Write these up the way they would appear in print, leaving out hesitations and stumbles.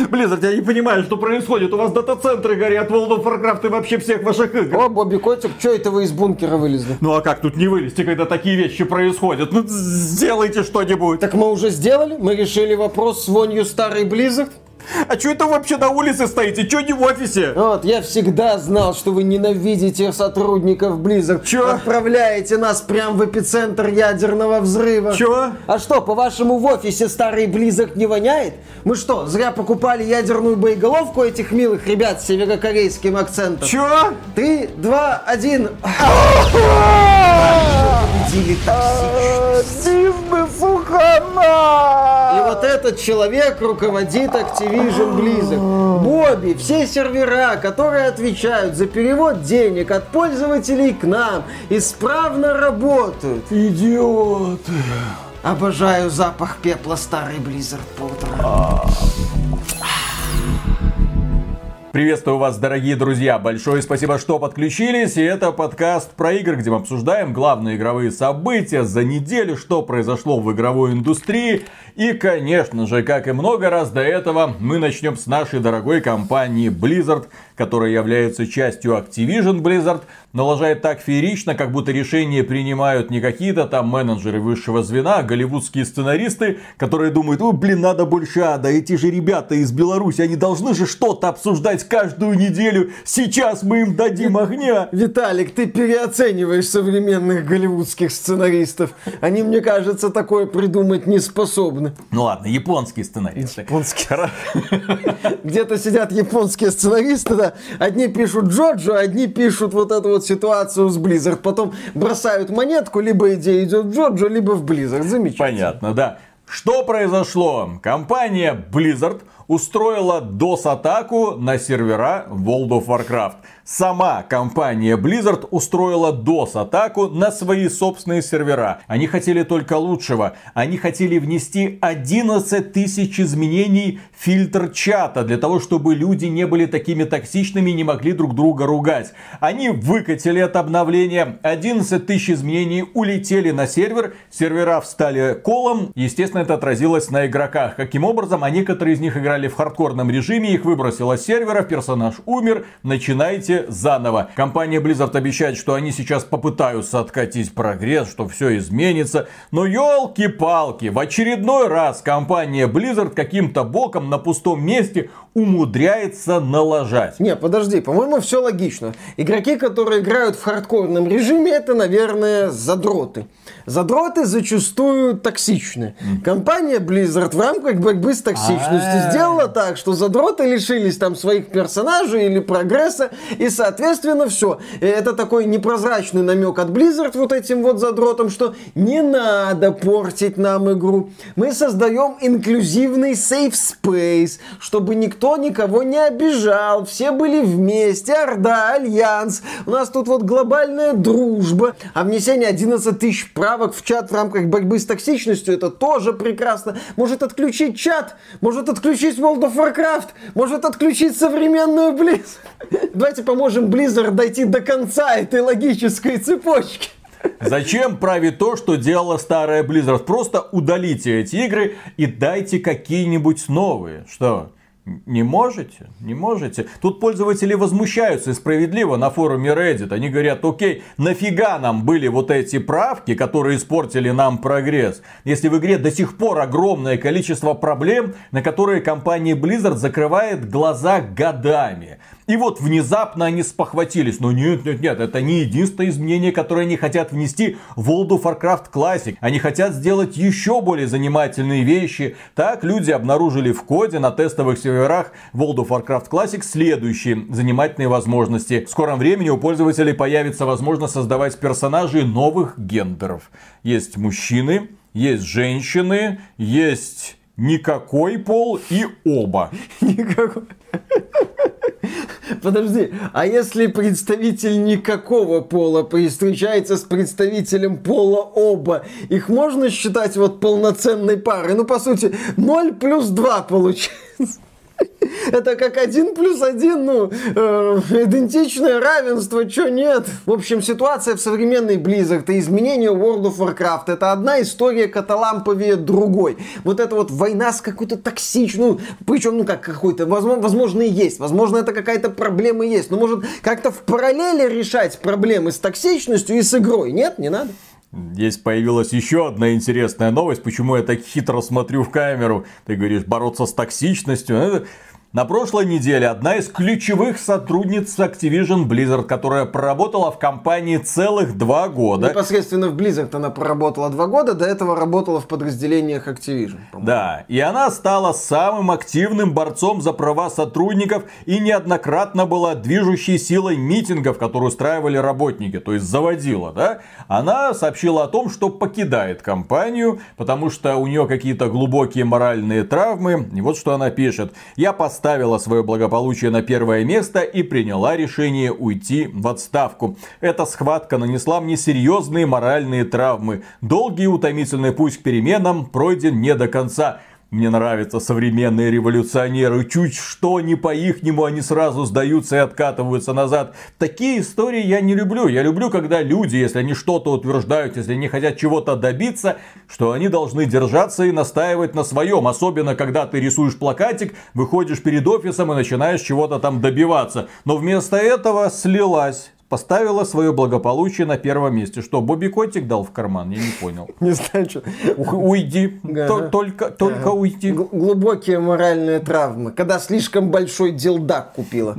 Blizzard, я не понимаю, что происходит. У вас дата-центры горят, World of Warcraft и вообще всех ваших игр. О, Бобби Котик, что это вы из бункера вылезли? Ну а как тут не вылезти, когда такие вещи происходят? Ну сделайте что-нибудь. Так мы уже сделали, мы решили вопрос с вонью старый Blizzard. А что это вы вообще на улице стоите? Чё не в офисе? Вот, я всегда знал, что вы ненавидите сотрудников Blizzard. Чё? Отправляете нас прям в эпицентр ядерного взрыва. Чё? А что, по-вашему, в офисе старый Blizzard не воняет? Мы что, зря покупали ядерную боеголовку этих милых ребят с северокорейским акцентом? Чё? 3, 2, 1. Победили токсичность. И вот этот человек руководит Activision Blizzard. Бобби, все сервера, которые отвечают за перевод денег от пользователей к нам, исправно работают. Идиоты. Обожаю запах пепла старой Blizzard по утрам. Приветствую вас, дорогие друзья. Большое спасибо, что подключились. И это подкаст про игры, где мы обсуждаем главные игровые события за неделю, что произошло в игровой индустрии. И, конечно же, как и много раз до этого, мы начнем с нашей дорогой компании Blizzard, которая является частью Activision Blizzard, но лажает так феерично, как будто решения принимают не какие-то там менеджеры высшего звена, а голливудские сценаристы, которые думают: о, блин, надо больше ада, эти же ребята из Беларуси, они должны же что-то обсуждать каждую неделю, сейчас мы им дадим огня. Виталик, ты переоцениваешь современных голливудских сценаристов. Они, мне кажется, такое придумать не способны. Ну ладно, японские сценаристы. Японские. Где-то сидят японские сценаристы, да. Одни пишут Джоджо, одни пишут вот эту вот ситуацию с Blizzard. Потом бросают монетку, либо идея идет в Джоджо, либо в Blizzard. Замечательно. Понятно, да. Что произошло? Компания Blizzard устроила DOS-атаку на сервера World of Warcraft. Сама компания Blizzard устроила DOS-атаку на свои собственные сервера. Они хотели только лучшего. Они хотели внести 11 тысяч изменений в фильтр чата, для того, чтобы люди не были такими токсичными и не могли друг друга ругать. Они выкатили это обновление. 11 тысяч изменений улетели на сервер. Сервера встали колом. Естественно, это отразилось на игроках. Каким образом? А некоторые из них играли в хардкорном режиме. Их выбросило с сервера. Персонаж умер. Начинайте заново. Компания Blizzard обещает, что они сейчас попытаются откатить прогресс, что все изменится. Но елки-палки, в очередной раз компания Blizzard каким-то боком на пустом месте умудряется налажать. Не, подожди, по-моему, все логично. Игроки, которые играют в хардкорном режиме, это, наверное, задроты. Задроты зачастую токсичны. Компания Blizzard в рамках борьбы с токсичностью сделала так, что задроты лишились там своих персонажей или прогресса, и, соответственно, все. Это такой непрозрачный намек от Blizzard вот этим вот задротам, что не надо портить нам игру. Мы создаем инклюзивный safe space, чтобы никто никого не обижал, все были вместе, Орда, Альянс, у нас тут вот глобальная дружба, а внесение 11 тысяч правок в чат в рамках борьбы с токсичностью, это тоже прекрасно. Может отключить чат, может отключить World of Warcraft, может отключить современную Blizzard. Давайте поможем Blizzard дойти до конца этой логической цепочки. Зачем править то, что делала старая Blizzard? Просто удалите эти игры и дайте какие-нибудь новые. Что? Не можете? Не можете? Тут пользователи возмущаются, и справедливо, на форуме Reddit. Они говорят: окей, нафига нам были вот эти правки, которые испортили нам прогресс, если в игре до сих пор огромное количество проблем, на которые компания Blizzard закрывает глаза годами. И вот внезапно они спохватились. Но нет, это не единственное изменение, которое они хотят внести в World of Warcraft Classic. Они хотят сделать еще более занимательные вещи. Так люди обнаружили в коде на тестовых серверах World of Warcraft Classic следующие занимательные возможности. В скором времени у пользователей появится возможность создавать персонажей новых гендеров. Есть мужчины, есть женщины, есть никакой пол и оба. Никакой. Подожди, а если представитель никакого пола встречается с представителем пола оба, их можно считать вот полноценной парой? Ну, по сути, 0 плюс 2 получается. Это как 1+1, идентичное равенство, чё нет? В общем, ситуация в современной Blizzard и изменение World of Warcraft — это одна история каталамповее другой. Вот эта вот война с какой-то токсичной, причем, как какой-то, возможно, и есть, возможно, это какая-то проблема есть, но может как-то в параллели решать проблемы с токсичностью и с игрой, нет? Не надо? Здесь появилась еще одна интересная новость. Почему я так хитро смотрю в камеру? Ты говоришь, бороться с токсичностью. На прошлой неделе одна из ключевых сотрудниц Activision Blizzard, которая проработала в компании целых 2 года. Непосредственно в Blizzard она проработала 2 года, до этого работала в подразделениях Activision. Да, и она стала самым активным борцом за права сотрудников и неоднократно была движущей силой митингов, которые устраивали работники, то есть заводила, да? Она сообщила о том, что покидает компанию, потому что у нее какие-то глубокие моральные травмы. И вот что она пишет. Я поставила свое благополучие на первое место и приняла решение уйти в отставку. Эта схватка нанесла мне серьезные моральные травмы. Долгий и утомительный путь к переменам пройден не до конца. Мне нравятся современные революционеры. Чуть что не по-ихнему, они сразу сдаются и откатываются назад. Такие истории я не люблю. Я люблю, когда люди, если они что-то утверждают, если они хотят чего-то добиться, что они должны держаться и настаивать на своем. Особенно, когда ты рисуешь плакатик, выходишь перед офисом и начинаешь чего-то там добиваться. Но вместо этого слилась. Поставила свое благополучие на первом месте. Что, Бобби Котик дал в карман? Я не понял. Не знаю, что. Уйди. Только уйди. Глубокие моральные травмы. Когда слишком большой дилдак купила.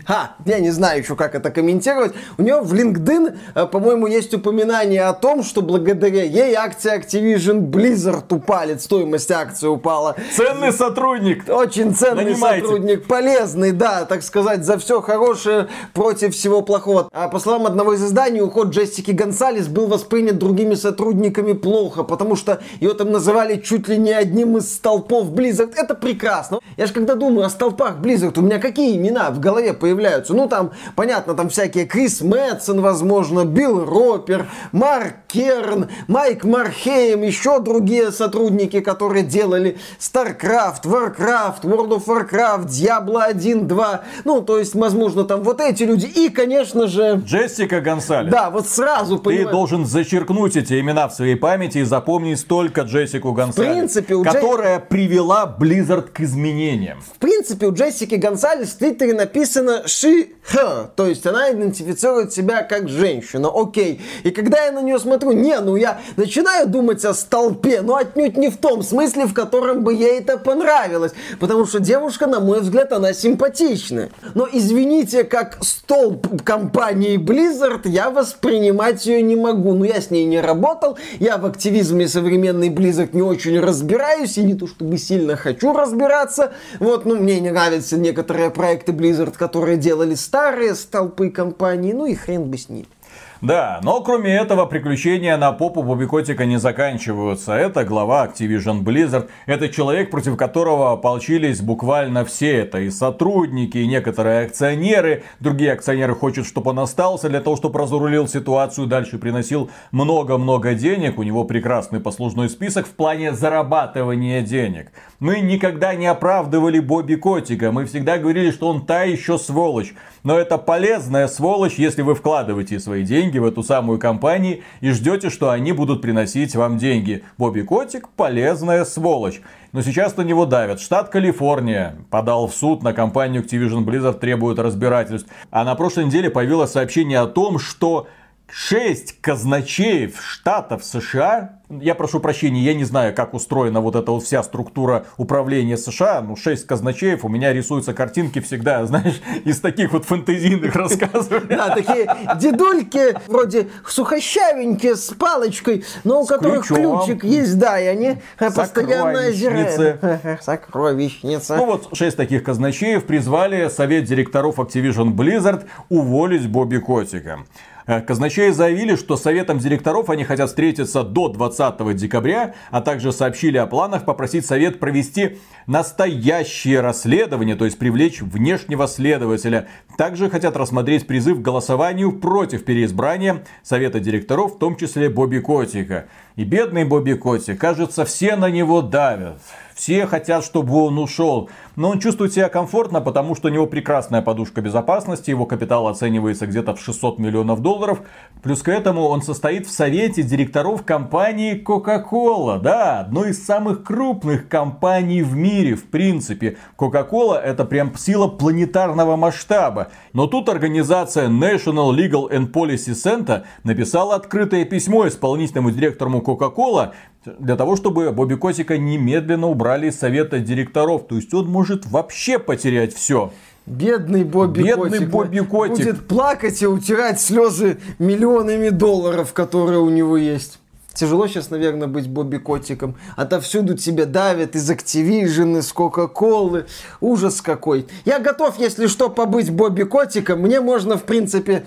Я не знаю еще, как это комментировать. У нее в LinkedIn, по-моему, есть упоминание о том, что благодаря ей акции Activision Blizzard упали. Стоимость акций упала. Ценный сотрудник. Очень ценный сотрудник. Полезный, да, так сказать, за все хорошее против всего плохого. По словам одного из изданий, уход Джессики Гонсалес был воспринят другими сотрудниками плохо, потому что ее там называли чуть ли не одним из столпов Blizzard. Это прекрасно. Я же когда думаю о столпах Blizzard, у меня какие имена в голове появляются? Там, понятно, там всякие Крис Мэтсон, возможно, Билл Ропер, Марк Керн, Майк Мархейм, еще другие сотрудники, которые делали StarCraft, Warcraft, World of Warcraft, Diablo 1, 2. То есть, возможно, там вот эти люди. И, конечно же... Джессика Гонсалес. Да, вот сразу понимаешь. Ты должен зачеркнуть эти имена в своей памяти и запомнить только Джессику Гонсалес. В принципе, которая привела Blizzard к изменениям. В принципе, у Джессики Гонсалес в Твиттере написано she, her. То есть она идентифицирует себя как женщина. Окей. И когда я на нее смотрю, я начинаю думать о столпе, но отнюдь не в том смысле, в котором бы ей это понравилось. Потому что девушка, на мой взгляд, она симпатичная. Но извините, как столб компании Blizzard я воспринимать ее не могу. Я с ней не работал, я в активизме современной Blizzard не очень разбираюсь, и не то чтобы сильно хочу разбираться. Мне не нравятся некоторые проекты Blizzard, которые делали старые столпы компании, и хрен бы с ним. Да, но кроме этого приключения на попу Бобби Котика не заканчиваются. Это глава Activision Blizzard. Это человек, против которого ополчились буквально все. Это и сотрудники, и некоторые акционеры. Другие акционеры хотят, чтобы он остался для того, чтобы разрулил ситуацию. Дальше приносил много-много денег. У него прекрасный послужной список в плане зарабатывания денег. Мы никогда не оправдывали Бобби Котика. Мы всегда говорили, что он та еще сволочь. Но это полезная сволочь, если вы вкладываете свои деньги в эту самую компанию и ждете, что они будут приносить вам деньги. Бобби Котик полезная сволочь. Но сейчас на него давят. Штат Калифорния подал в суд на компанию Activision Blizzard, требует разбирательств. А на прошлой неделе появилось сообщение о том, что 6 казначеев штатов США, я прошу прощения, я не знаю, как устроена вот эта вот вся структура управления США, 6 казначеев, у меня рисуются картинки всегда, знаешь, из таких вот фэнтезийных рассказов. Да, такие дедульки, вроде сухощавенькие, с палочкой, но у которых ключик есть, да, и они постоянно озирают. Сокровищница. 6 таких казначеев призвали совет директоров Activision Blizzard уволить Бобби Котика. Казначеи заявили, что советом директоров они хотят встретиться до 20 декабря, а также сообщили о планах попросить совет провести настоящее расследование, то есть привлечь внешнего следователя. Также хотят рассмотреть призыв к голосованию против переизбрания совета директоров, в том числе Бобби Котика. И бедный Бобби Котик, кажется, все на него давят. все хотят, чтобы он ушел. Но он чувствует себя комфортно, потому что у него прекрасная подушка безопасности, его капитал оценивается где-то в 600 миллионов долларов. Плюс к этому он состоит в совете директоров компании Coca-Cola. Да, одной из самых крупных компаний в мире, в принципе. Coca-Cola это прям сила планетарного масштаба. Но тут организация National Legal and Policy Center написала открытое письмо исполнительному директору Coca-Cola для того, чтобы Бобби Котика немедленно убрали из совета директоров. То есть он может вообще потерять все. Бедный Бобби Котик. Будет плакать и утирать слезы миллионами долларов, которые у него есть. Тяжело сейчас, наверное, быть Бобби Котиком. Отовсюду тебя давят из Activision, из Coca-Cola. Ужас какой. Я готов, если что, побыть Бобби Котиком. Мне можно, в принципе,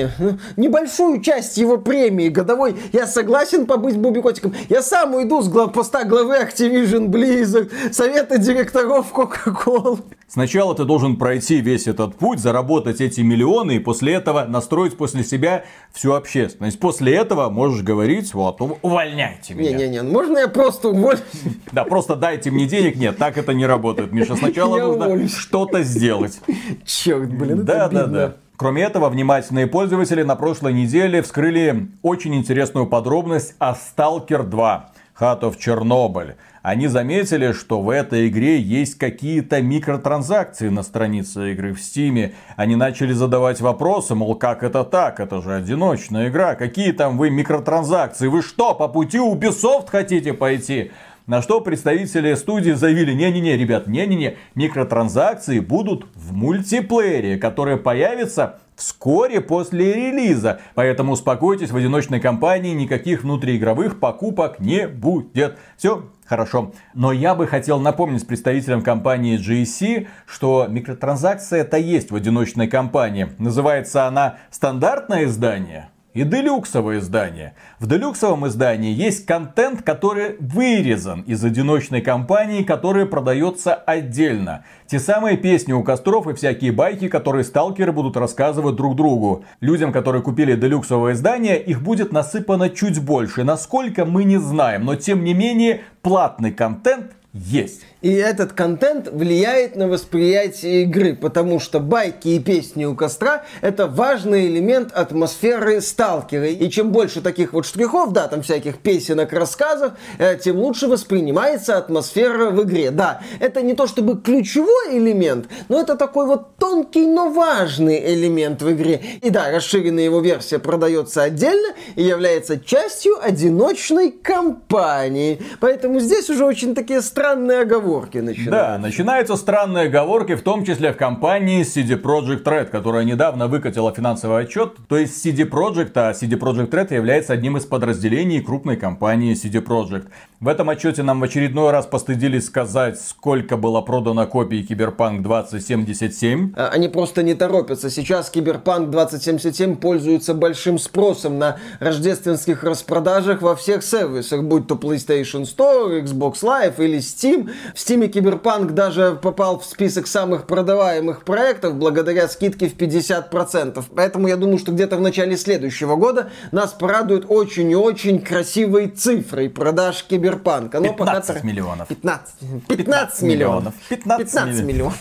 небольшую часть его премии годовой. Я согласен побыть Бобби Котиком. Я сам уйду с поста главы Activision Blizzard, совета директоров Coca-Cola. Сначала ты должен пройти весь этот путь, заработать эти миллионы и после этого настроить после себя всю общественность. После этого можешь говорить, вот, увольняйте меня. Не-не-не, можно я просто уволюсь? Да, просто дайте мне денег. Нет, так это не работает, Миша. Сначала нужно что-то сделать. Черт, блин, это обидно. Да. Кроме этого, внимательные пользователи на прошлой неделе вскрыли очень интересную подробность о Stalker 2. Heart of Chernobyl. Они заметили, что в этой игре есть какие-то микротранзакции на странице игры в Steam. Они начали задавать вопросы, мол, как это так? Это же одиночная игра. Какие там вы микротранзакции? Вы что, по пути Ubisoft хотите пойти? На что представители студии заявили: не-не-не, ребят, не-не-не, микротранзакции будут в мультиплеере, который появится вскоре после релиза. Поэтому успокойтесь, в одиночной кампании никаких внутриигровых покупок не будет. Все хорошо. Но я бы хотел напомнить представителям компании GSC, что микротранзакция-то есть в одиночной кампании. Называется она стандартное издание и делюксовое издание. В делюксовом издании есть контент, который вырезан из одиночной кампании, который продается отдельно. Те самые песни у костров и всякие байки, которые сталкеры будут рассказывать друг другу. Людям, которые купили делюксовое издание, их будет насыпано чуть больше. Насколько, мы не знаем, но тем не менее платный контент есть. И этот контент влияет на восприятие игры, потому что байки и песни у костра — это важный элемент атмосферы сталкера. И чем больше таких вот штрихов, да, там всяких песенок, рассказов, тем лучше воспринимается атмосфера в игре. Да, это не то чтобы ключевой элемент, но это такой вот тонкий, но важный элемент в игре. И да, расширенная его версия продается отдельно и является частью одиночной кампании. Поэтому здесь уже очень такие странные оговорки начинаются. Да, начинаются странные оговорки, в том числе в компании CD Projekt Red, которая недавно выкатила финансовый отчет. То есть CD Projekt, а CD Projekt Red является одним из подразделений крупной компании CD Projekt. В этом отчете нам в очередной раз постыдились сказать, сколько было продано копий Cyberpunk 2077. Они просто не торопятся. Сейчас Cyberpunk 2077 пользуется большим спросом на рождественских распродажах во всех сервисах, будь то PlayStation Store, Xbox Live или Steam. В Steam Cyberpunk даже попал в список самых продаваемых проектов благодаря скидке в 50%. Поэтому я думаю, что где-то в начале следующего года нас порадует очень и очень красивой цифрой продаж Cyberpunk. 15 миллионов. 15 миллионов. 15 миллионов.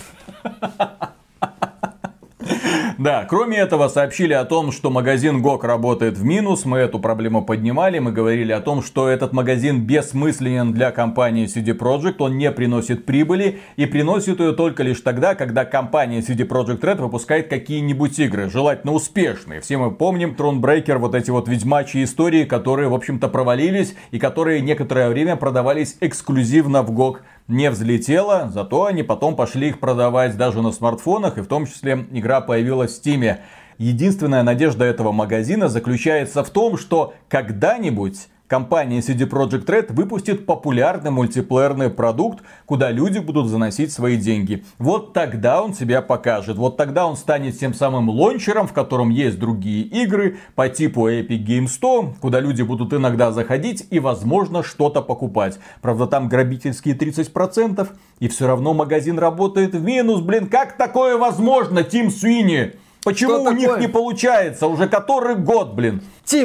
Да, кроме этого сообщили о том, что магазин GOG работает в минус. Мы эту проблему поднимали. Мы говорили о том, что этот магазин бессмысленен для компании CD Projekt. Он не приносит прибыли и приносит ее только лишь тогда, когда компания CD Projekt Red выпускает какие-нибудь игры, желательно успешные. Все мы помним Thronebreaker, вот эти вот ведьмачьи истории, которые, в общем-то, провалились и которые некоторое время продавались эксклюзивно в GOG. Не взлетело, зато они потом пошли их продавать даже на смартфонах, и в том числе игра появилась в Steam. Единственная надежда этого магазина заключается в том, что когда-нибудь компания CD Projekt Red выпустит популярный мультиплеерный продукт, куда люди будут заносить свои деньги. Вот тогда он себя покажет. Вот тогда он станет тем самым лончером, в котором есть другие игры по типу Epic Games 100, куда люди будут иногда заходить и, возможно, что-то покупать. Правда, там грабительские 30%, и все равно магазин работает в минус. Блин, как такое возможно, Тим Суини? Почему у них не получается? Уже который год, блин. Тим, ну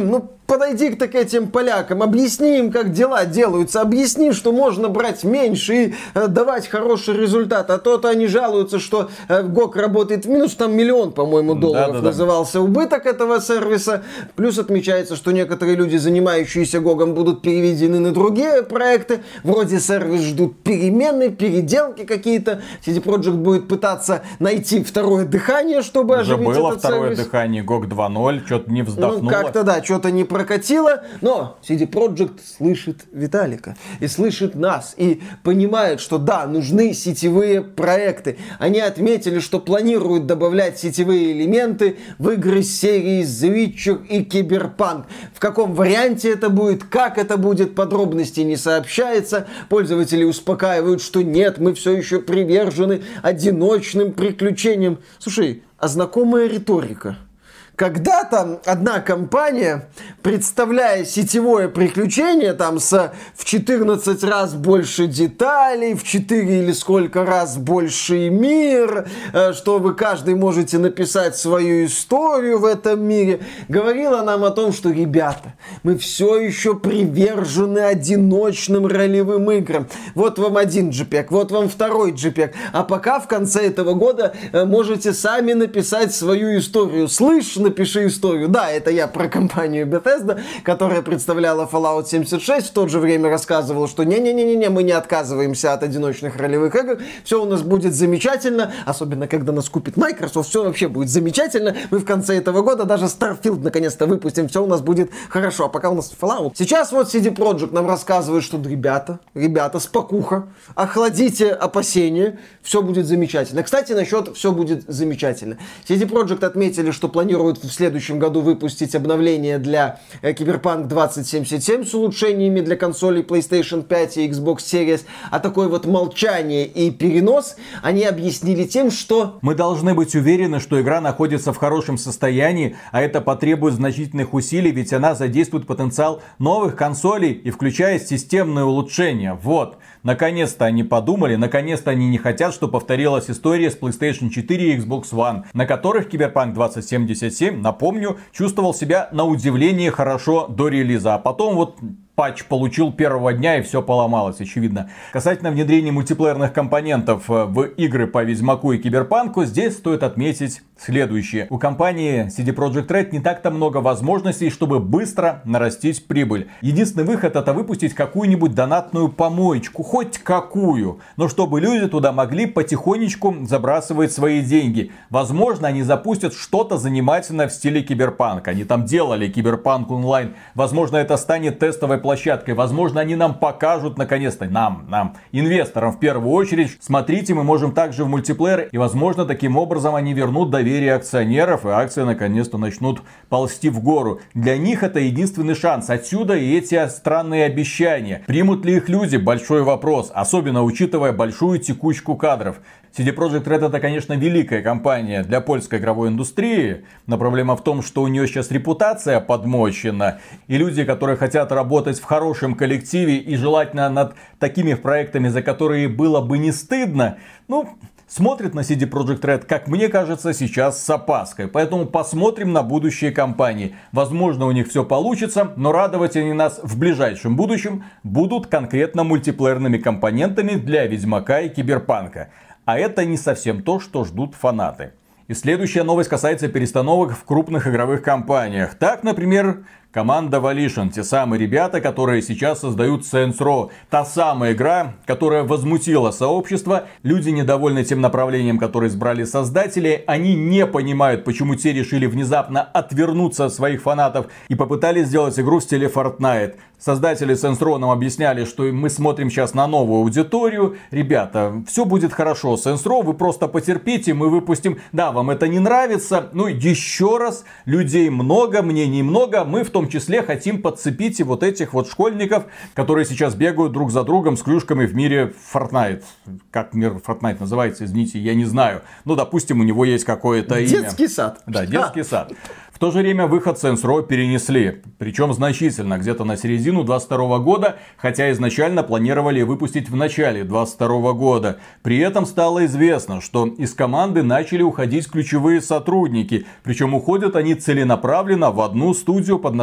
подойди к этим полякам, объясни им, как дела делаются, объясни, что можно брать меньше и давать хороший результат. А то они жалуются, что ГОГ работает в минус, там миллион, по-моему, долларов назывался убыток этого сервиса. Плюс отмечается, что некоторые люди, занимающиеся ГОГом, будут переведены на другие проекты. Вроде сервис ждут перемены, переделки какие-то. CD Projekt будет пытаться найти второе дыхание, чтобы оживить этот сервис. Уже было второе дыхание, GOG 2.0, что-то не вздохнуло. Ну, как-то да, что-то не прокатило. Но CD Projekt слышит Виталика и слышит нас. И понимает, что да, нужны сетевые проекты. Они отметили, что планируют добавлять сетевые элементы в игры серии The Witcher и Cyberpunk. В каком варианте это будет, как это будет, подробностей не сообщается. Пользователи успокаивают, что нет, мы все еще привержены одиночным приключениям. Слушай, а знакомая риторика? Когда-то одна компания, представляя сетевое приключение, там в 14 раз больше деталей, в 4 или сколько раз больше мир, что вы каждый можете написать свою историю в этом мире, говорила нам о том, что, ребята, мы все еще привержены одиночным ролевым играм. Вот вам один JPEG, вот вам второй JPEG. А пока в конце этого года можете сами написать свою историю. Слышь, напиши историю. Да, это я про компанию Bethesda, которая представляла Fallout 76, в то же время рассказывала, что не-не-не-не, мы не отказываемся от одиночных ролевых игр, все у нас будет замечательно, особенно когда нас купит Microsoft, все вообще будет замечательно, мы в конце этого года даже Starfield наконец-то выпустим, все у нас будет хорошо, а пока у нас Fallout. Сейчас вот CD Projekt нам рассказывает, что ребята, спокуха, охладите опасения, все будет замечательно. Кстати, насчет «все будет замечательно». CD Projekt отметили, что планируют в следующем году выпустить обновление для Cyberpunk 2077 с улучшениями для консолей PlayStation 5 и Xbox Series. А такое вот молчание и перенос они объяснили тем, что... Мы должны быть уверены, что игра находится в хорошем состоянии, а это потребует значительных усилий, ведь она задействует потенциал новых консолей и включает системные улучшения. Вот. Наконец-то они подумали, наконец-то они не хотят, чтобы повторилась история с PlayStation 4 и Xbox One, на которых Cyberpunk 2077, напомню, чувствовал себя на удивление хорошо до релиза, а потом вот патч получил первого дня и все поломалось, очевидно. Касательно внедрения мультиплеерных компонентов в игры по Ведьмаку и Киберпанку, здесь стоит отметить следующее. У компании CD Projekt Red не так-то много возможностей, чтобы быстро нарастить прибыль. Единственный выход — это выпустить какую-нибудь донатную помоечку, хоть какую, но чтобы люди туда могли потихонечку забрасывать свои деньги. Возможно, они запустят что-то занимательное в стиле Киберпанка. Они там делали Киберпанк онлайн. Возможно, это станет тестовой площадкой. Возможно, они нам покажут наконец-то, нам, инвесторам в первую очередь. Смотрите, мы можем также в мультиплеер. И возможно, таким образом они вернут доверие акционеров. И акции наконец-то начнут ползти в гору. Для них это единственный шанс. Отсюда и эти странные обещания. Примут ли их люди? Большой вопрос. Особенно учитывая большую текучку кадров. CD Projekt Red — это, конечно, великая компания для польской игровой индустрии, но проблема в том, что у нее сейчас репутация подмочена, и люди, которые хотят работать в хорошем коллективе и желательно над такими проектами, за которые было бы не стыдно, смотрят на CD Projekt Red, как мне кажется, сейчас с опаской. Поэтому посмотрим на будущие компании. Возможно, у них все получится, но радовать они нас в ближайшем будущем будут конкретно мультиплеерными компонентами для Ведьмака и Киберпанка. А это не совсем то, что ждут фанаты. И следующая новость касается перестановок в крупных игровых компаниях. Так, например, команда Volition, те самые ребята, которые сейчас создают Saints Row. Та самая игра, которая возмутила сообщество. Люди недовольны тем направлением, которое избрали создатели. Они не понимают, почему те решили внезапно отвернуться от своих фанатов и попытались сделать игру в стиле Fortnite. Создатели Saints Row нам объясняли, что мы смотрим сейчас на новую аудиторию. Ребята, все будет хорошо. Saints Row, вы просто потерпите, мы выпустим. Да, вам это не нравится. Еще раз, людей много, мнений много. Мы в том числе хотим подцепить и вот этих вот школьников, которые сейчас бегают друг за другом с клюшками в мире Fortnite. Как мир Fortnite называется, извините, я не знаю. Допустим, у него есть какое-то имя. Детский сад. Да, детский сад. В то же время выход Saints Row перенесли, причем значительно, где-то на середину 2022 года, хотя изначально планировали выпустить в начале 2022 года. При этом стало известно, что из команды начали уходить ключевые сотрудники, причем уходят они целенаправленно в одну студию под названием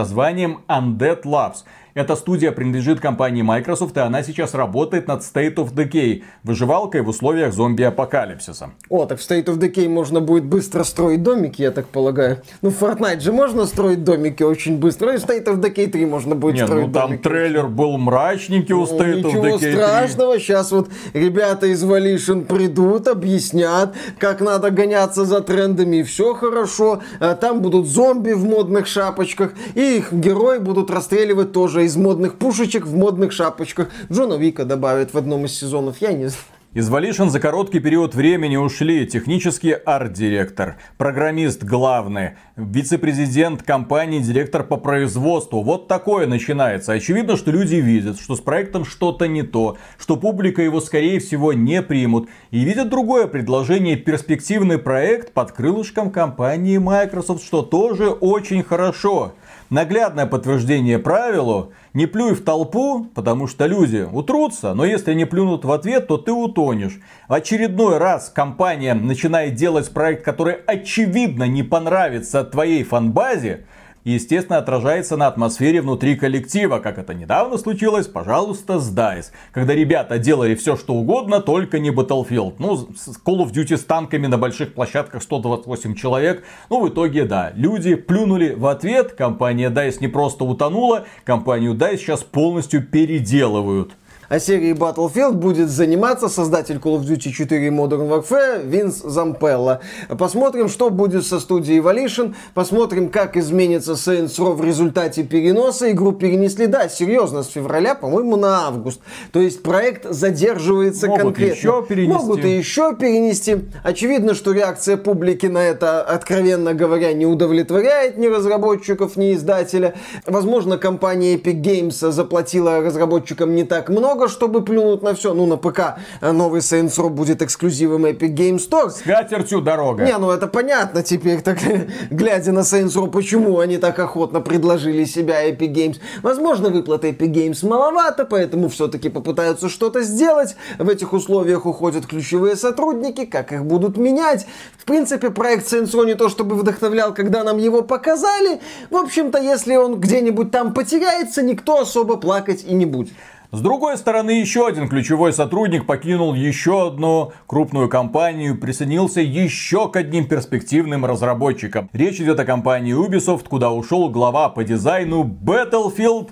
названием Undead Labs. Эта студия принадлежит компании Microsoft, и она сейчас работает над State of Decay, выживалкой в условиях зомби-апокалипсиса. О, так в State of Decay можно будет быстро строить домики, я так полагаю. Ну, в Fortnite же можно строить домики очень быстро, и в State of Decay 3 можно будет строить домики. Там трейлер был мрачненький у State of Decay 3. Ничего страшного, сейчас вот ребята из Volition придут, объяснят, как надо гоняться за трендами, и все хорошо. Там будут зомби в модных шапочках, и их герои будут расстреливать тоже из модных пушечек в модных шапочках. Джона Вика добавят в одном из сезонов, я не знаю. Из Volition за короткий период времени ушли технический арт-директор, программист главный, вице-президент компании, директор по производству. Вот такое начинается. Очевидно, что люди видят, что с проектом что-то не то, что публика его, скорее всего, не примут. И видят другое предложение, перспективный проект под крылышком компании Microsoft, что тоже очень хорошо. Наглядное подтверждение правилу: не плюй в толпу, потому что люди утрутся, но если не плюнут в ответ, то ты утонешь. В очередной раз компания начинает делать проект, который очевидно не понравится твоей фанбазе, и, естественно, отражается на атмосфере внутри коллектива, как это недавно случилось, пожалуйста, с DICE. Когда ребята делали все, что угодно, только не Battlefield. Ну, Call of Duty с танками на больших площадках 128 человек. Ну, в итоге, да, люди плюнули в ответ. Компания DICE не просто утонула, компанию DICE сейчас полностью переделывают. А серией Battlefield будет заниматься создатель Call of Duty 4 Modern Warfare Винс Зампелла. Посмотрим, что будет со студией Volition. Посмотрим, как изменится Saints Row в результате переноса. Игру перенесли, да, серьезно, с февраля, по-моему, на август. То есть проект задерживается конкретно. Могут и еще перенести. Очевидно, что реакция публики на это, откровенно говоря, не удовлетворяет ни разработчиков, ни издателя. Возможно, компания Epic Games заплатила разработчикам не так много, чтобы плюнуть на все. Ну, на ПК новый Saints Row будет эксклюзивом Epic Games Store. С катертью дорога. Не, ну это понятно теперь, так, глядя на Saints Row, почему они так охотно предложили себя Epic Games. Возможно, выплаты Epic Games маловато, поэтому все-таки попытаются что-то сделать. В этих условиях уходят ключевые сотрудники, как их будут менять. В принципе, проект Saints Row не то чтобы вдохновлял, когда нам его показали. В общем-то, если он где-нибудь там потеряется, никто особо плакать и не будет. С другой стороны, еще один ключевой сотрудник покинул еще одну крупную компанию, присоединился еще к одним перспективным разработчикам. Речь идет о компании Ubisoft, куда ушел глава по дизайну Battlefield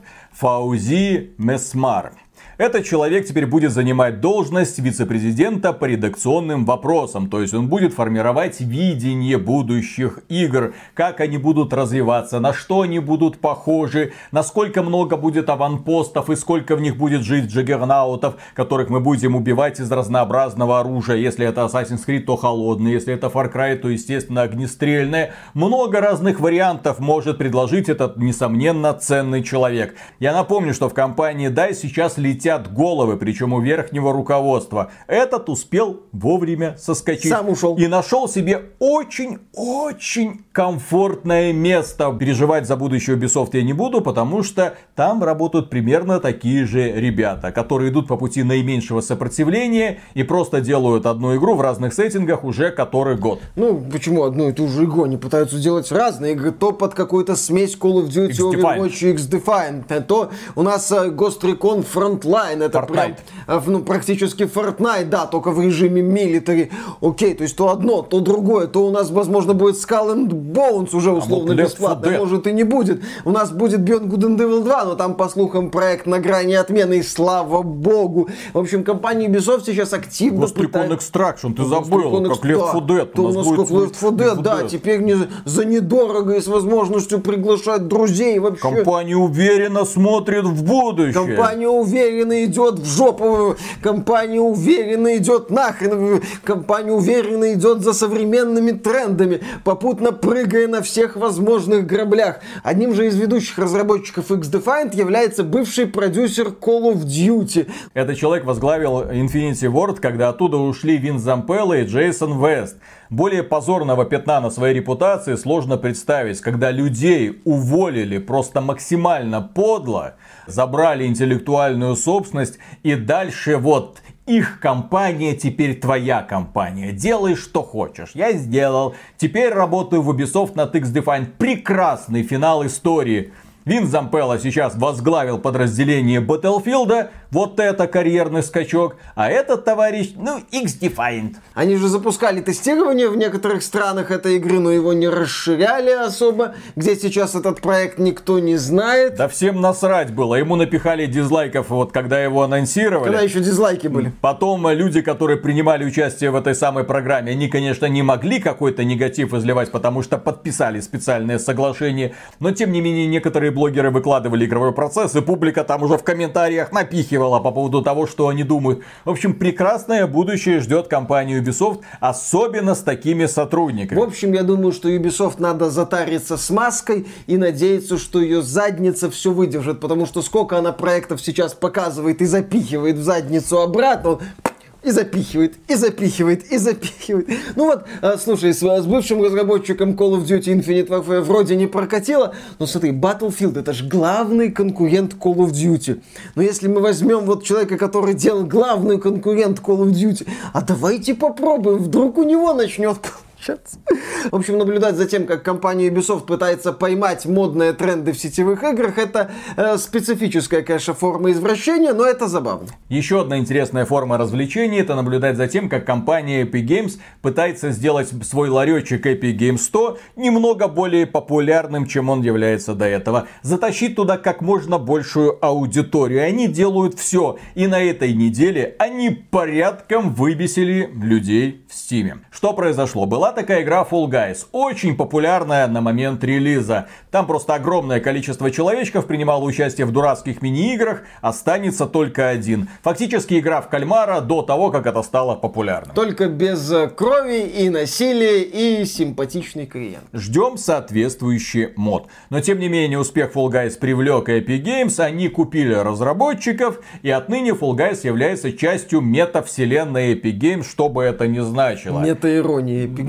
Фаузи Месмар. Этот человек теперь будет занимать должность вице-президента по редакционным вопросам. То есть он будет формировать видение будущих игр, как они будут развиваться, на что они будут похожи, насколько много будет аванпостов и сколько в них будет жить джаггернаутов, которых мы будем убивать из разнообразного оружия. Если это Assassin's Creed, то холодный, если это Far Cry, то, естественно, огнестрельное. Много разных вариантов может предложить этот, несомненно, ценный человек. Я напомню, что в компании DICE сейчас летят головы, причем у верхнего руководства. Этот успел вовремя соскочить. Сам ушел. И нашел себе очень-очень комфортное место. Переживать за будущее Ubisoft я не буду, потому что там работают примерно такие же ребята, которые идут по пути наименьшего сопротивления и просто делают одну игру в разных сеттингах уже который год. Ну, почему одну и ту же игру? Они пытаются делать разные игры. То под какую-то смесь Call of Duty, Overwatch и X-Defiant. То у нас Ghost Recon Frontline. Это прям, ну, практически Fortnite, да, только в режиме милитари. Окей, то есть то одно, то другое. То у нас, возможно, будет Skull and Bones уже условно бесплатно. Может и не будет. У нас будет Beyond Good and Evil 2, но там, по слухам, проект на грани отмены, и слава богу. В общем, компания Ubisoft сейчас активно Ghost Recon Extraction, ты забыл, как Left 4 Dead. У нас как Left 4 Dead, да, теперь за недорого и с возможностью приглашать друзей. Вообще. Компания уверенно смотрит в будущее. Компания уверенно идет в жопу, компания уверенно идет нахрен, компания уверенно идет за современными трендами, попутно прыгая на всех возможных граблях. Одним же из ведущих разработчиков X-Defiant является бывший продюсер Call of Duty. Этот человек возглавил Infinity Ward, когда оттуда ушли Винс Зампелла и Джейсон Вест. Более позорного пятна на своей репутации сложно представить, когда людей уволили просто максимально подло, забрали интеллектуальную собственность и дальше вот их компания теперь твоя компания. Делай что хочешь. Я сделал. Теперь работаю в Ubisoft над X-Defiant. Прекрасный финал истории. Вин Зампелло сейчас возглавил подразделение Battlefield, вот это карьерный скачок, а этот товарищ, X-Defiant. Они же запускали тестирование в некоторых странах этой игры, но его не расширяли особо. Где сейчас этот проект, никто не знает. Да всем насрать было, ему напихали дизлайков, вот когда его анонсировали. Когда еще дизлайки были. Потом люди, которые принимали участие в этой самой программе, они, конечно, не могли какой-то негатив изливать, потому что подписали специальное соглашение. Но, тем не менее, некоторые блогеры выкладывали игровой процесс, и публика там уже в комментариях напихивала по поводу того, что они думают. В общем, прекрасное будущее ждет компанию Ubisoft, особенно с такими сотрудниками. В общем, я думаю, что Ubisoft надо затариться с маской и надеяться, что ее задница все выдержит, потому что сколько она проектов сейчас показывает и запихивает в задницу обратно, и запихивает, и запихивает, и запихивает. Ну вот, слушай, с бывшим разработчиком Call of Duty Infinite Warfare вроде не прокатило, но смотри, Battlefield это же главный конкурент Call of Duty. Но если мы возьмем вот человека, который делал главный конкурент Call of Duty, а давайте попробуем, вдруг у него начнет получаться. В общем, наблюдать за тем, как компания Ubisoft пытается поймать модные тренды в сетевых играх, это специфическая, конечно, форма извращения, но это забавно. Еще одна интересная форма развлечения — это наблюдать за тем, как компания Epic Games пытается сделать свой ларечек Epic Games 100 немного более популярным, чем он является до этого. Затащить туда как можно большую аудиторию. Они делают все. И на этой неделе они порядком выбесили людей в Steam. Что произошло? Была такая игра Fall Guys, очень популярная на момент релиза. Там просто огромное количество человечков принимало участие в дурацких мини-играх, останется только один. Фактически игра в кальмара до того, как это стало популярным. Только без крови и насилия и симпатичный клиент. Ждем соответствующий мод. Но тем не менее успех Fall Guys привлек Epic Games, они купили разработчиков, и отныне Fall Guys является частью метавселенной Epic Games, что бы это ни значило. Мета-ирония Epic Games.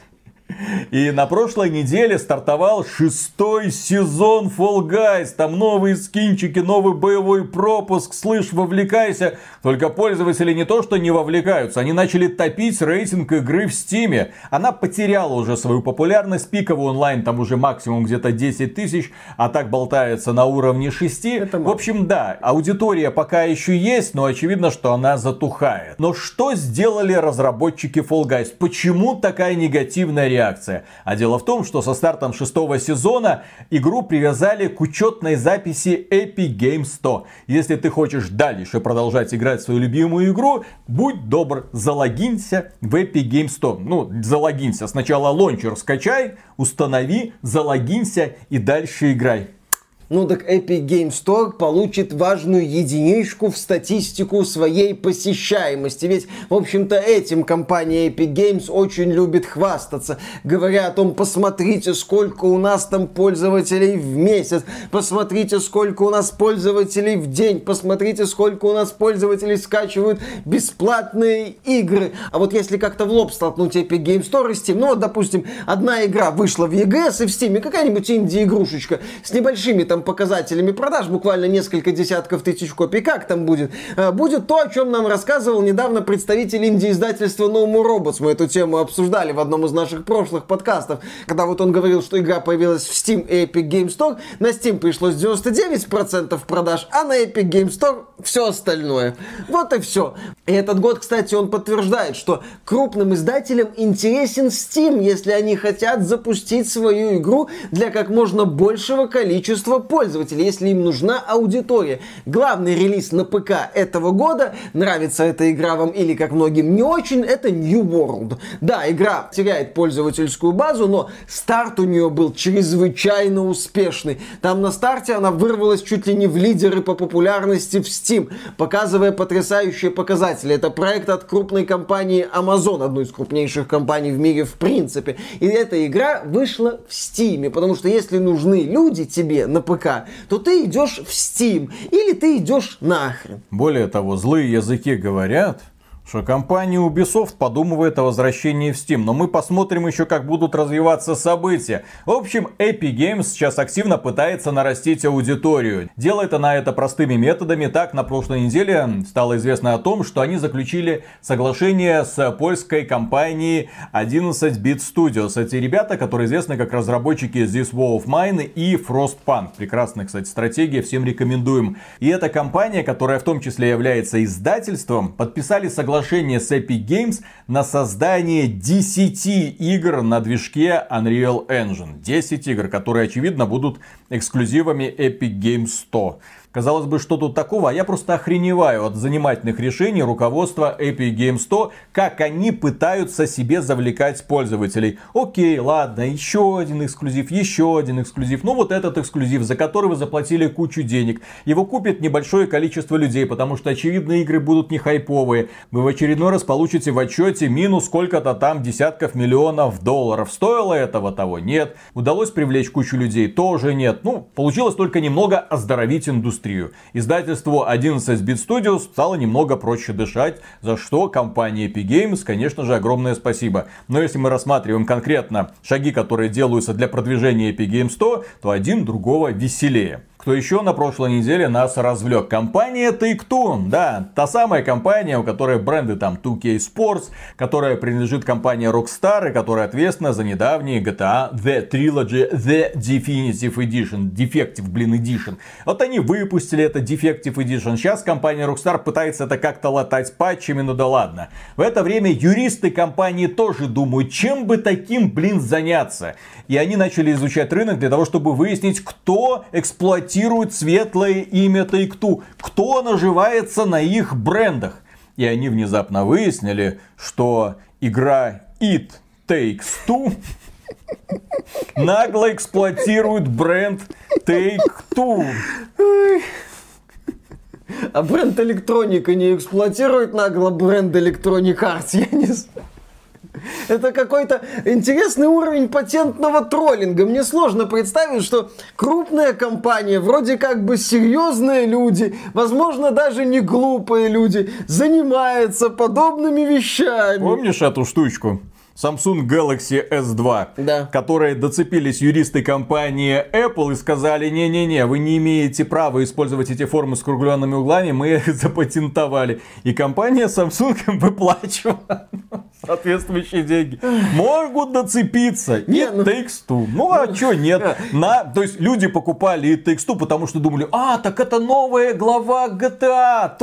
И на прошлой неделе стартовал 6-й сезон Fall Guys. Там новые скинчики, новый боевой пропуск. Слышь, вовлекайся. Только пользователи не то что не вовлекаются, они начали топить рейтинг игры в Steam. Она потеряла уже свою популярность. Пиковый онлайн там уже максимум где-то 10 тысяч. А так болтается на уровне 6. В общем, да, аудитория пока еще есть, но очевидно, что она затухает. Но что сделали разработчики Fall Guys? Почему такая негативная реакция? А дело в том, что со стартом 6-го сезона игру привязали к учетной записи Epic Games 100. Если ты хочешь дальше продолжать играть в свою любимую игру, будь добр, залогинься в Epic Games 100. Залогинься. Сначала лончер скачай, установи, залогинься и дальше играй. Так Epic Games Store получит важную единичку в статистику своей посещаемости. Ведь, в общем-то, этим компания Epic Games очень любит хвастаться. Говоря о том, посмотрите, сколько у нас там пользователей в месяц. Посмотрите, сколько у нас пользователей в день. Посмотрите, сколько у нас пользователей скачивают бесплатные игры. А вот если как-то в лоб столкнуть Epic Games Store и Steam, допустим, одна игра вышла в EGS и в Steam, какая-нибудь инди-игрушечка с небольшими там показателями продаж, буквально несколько десятков тысяч копий, как там будет? Будет то, о чем нам рассказывал недавно представитель инди-издательства No More Robots. Мы эту тему обсуждали в одном из наших прошлых подкастов, когда вот он говорил, что игра появилась в Steam и Epic Games Store. На Steam пришлось 99% продаж, а на Epic Games Store все остальное. Вот и все. И этот год, кстати, он подтверждает, что крупным издателям интересен Steam, если они хотят запустить свою игру для как можно большего количества пользователей, если им нужна аудитория. Главный релиз на ПК этого года, нравится эта игра вам или как многим не очень, это New World. Да, игра теряет пользовательскую базу, но старт у нее был чрезвычайно успешный. Там на старте она вырвалась чуть ли не в лидеры по популярности в Steam, показывая потрясающие показатели. Это проект от крупной компании Amazon, одной из крупнейших компаний в мире в принципе. И эта игра вышла в Steam, потому что если нужны люди тебе на ПК, то ты идешь в Steam или ты идешь нахрен. Более того, злые языки говорят, что компания Ubisoft подумывает о возвращении в Steam. Но мы посмотрим еще, как будут развиваться события. В общем, Epic Games сейчас активно пытается нарастить аудиторию. Делает она это простыми методами. Так, на прошлой неделе стало известно о том, что они заключили соглашение с польской компанией 11-Bit Studios. Эти ребята, которые известны как разработчики This War of Mine и Frostpunk. Прекрасная, кстати, стратегия, всем рекомендуем. И эта компания, которая в том числе является издательством, подписали соглашение с Epic Games на создание 10 игр на движке Unreal Engine. 10 игр, которые, очевидно, будут эксклюзивами Epic Games 100. Казалось бы, что тут такого, а я просто охреневаю от занимательных решений руководства Epic Games 100, как они пытаются себе завлекать пользователей. Окей, ладно, еще один эксклюзив. Ну вот этот эксклюзив, за который вы заплатили кучу денег. Его купит небольшое количество людей, потому что, очевидно, игры будут не хайповые. Вы в очередной раз получите в отчете минус сколько-то там десятков миллионов долларов. Стоило этого того? Нет. Удалось привлечь кучу людей? Тоже нет. Ну, получилось только немного оздоровить индустрию. Издательству 11-Bit Studios стало немного проще дышать, за что компании Epic Games, конечно же, огромное спасибо. Но если мы рассматриваем конкретно шаги, которые делаются для продвижения Epic Games 100, то один другого веселее. Кто еще на прошлой неделе нас развлек? Компания Take-Two. Да, та самая компания, у которой бренды там 2K Sports, которая принадлежит компании Rockstar и которая ответственна за недавние GTA The Trilogy The Definitive Edition. Defective, Edition. Вот они выпустили это Defective Edition. Сейчас компания Rockstar пытается это как-то латать патчами, ну да ладно. В это время юристы компании тоже думают, чем бы таким, заняться. И они начали изучать рынок для того, чтобы выяснить, кто эксплуатирует светлое имя Take-Two, кто наживается на их брендах. И они внезапно выяснили, что игра It Takes Two нагло эксплуатирует бренд Take-Two. А бренд Электроника не эксплуатирует нагло бренд Electronic Arts? Я не знаю. Это какой-то интересный уровень патентного троллинга. Мне сложно представить, что крупная компания, вроде как бы серьезные люди, возможно, даже не глупые люди, занимаются подобными вещами. Помнишь эту штучку? Samsung Galaxy S2, да, которые доцепились юристы компании Apple и сказали: не-не-не, вы не имеете права использовать эти формы с скругленными углами, мы их запатентовали. И компания Samsung выплачивала соответствующие деньги. Могут доцепиться. И Takes Two. Ну а чё нет? То есть люди покупали и Takes Two, потому что думали: так это новая глава GTA.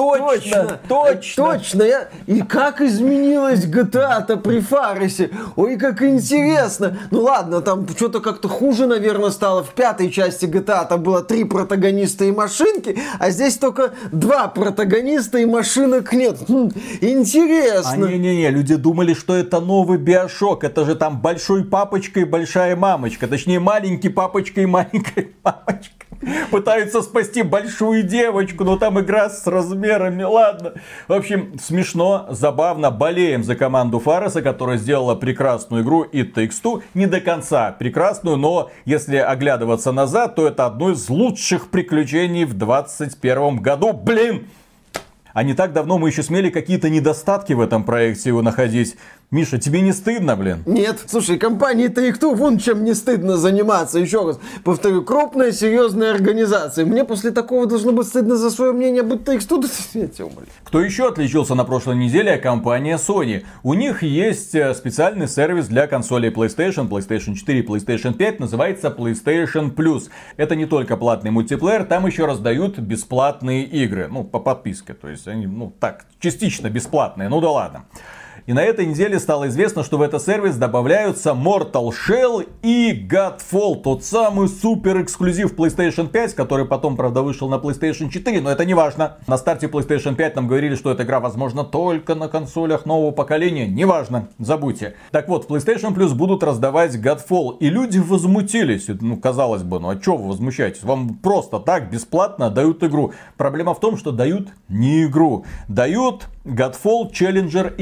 Точно. И как изменилась GTA-то при Фарресе? Ой, как интересно. Ну ладно, там что-то как-то хуже, наверное, стало. В 5-й части GTA там было 3 протагониста и машинки, а здесь только 2 протагониста и машинок нет. Интересно. Не-не-не, люди думали, что это новый Биошок. Это же там большой папочка и большая мамочка. Точнее, маленький папочка и маленькая мамочка пытаются спасти большую девочку, но там игра с размерами, ладно. В общем, смешно, забавно, болеем за команду Фарреса, которая сделала прекрасную игру It Takes Two. Не до конца прекрасную, но если оглядываться назад, то это одно из лучших приключений в 2021 году. А не так давно мы еще смели какие-то недостатки в этом проекте его находить. Миша, тебе не стыдно, Нет, слушай, компании Take-Two вон чем не стыдно заниматься. Еще раз повторю, крупная, серьезная организация. Мне после такого должно быть стыдно за свое мнение быть Take-Two. Кто еще отличился на прошлой неделе? Компания Sony. У них есть специальный сервис для консолей PlayStation, PlayStation 4, PlayStation 5. Называется PlayStation Plus. Это не только платный мультиплеер, там еще раздают бесплатные игры. Ну, по подписке. То есть они, частично бесплатные. Ну да ладно. И на этой неделе стало известно, что в этот сервис добавляются Mortal Shell и Godfall. Тот самый супер эксклюзив PlayStation 5, который потом, правда, вышел на PlayStation 4, но это не важно. На старте PlayStation 5 нам говорили, что эта игра возможна только на консолях нового поколения. Неважно, забудьте. Так вот, в PlayStation Plus будут раздавать Godfall. И люди возмутились. Казалось бы, а что вы возмущаетесь? Вам просто так бесплатно дают игру. Проблема в том, что дают не игру. Дают Godfall Challenger Edition.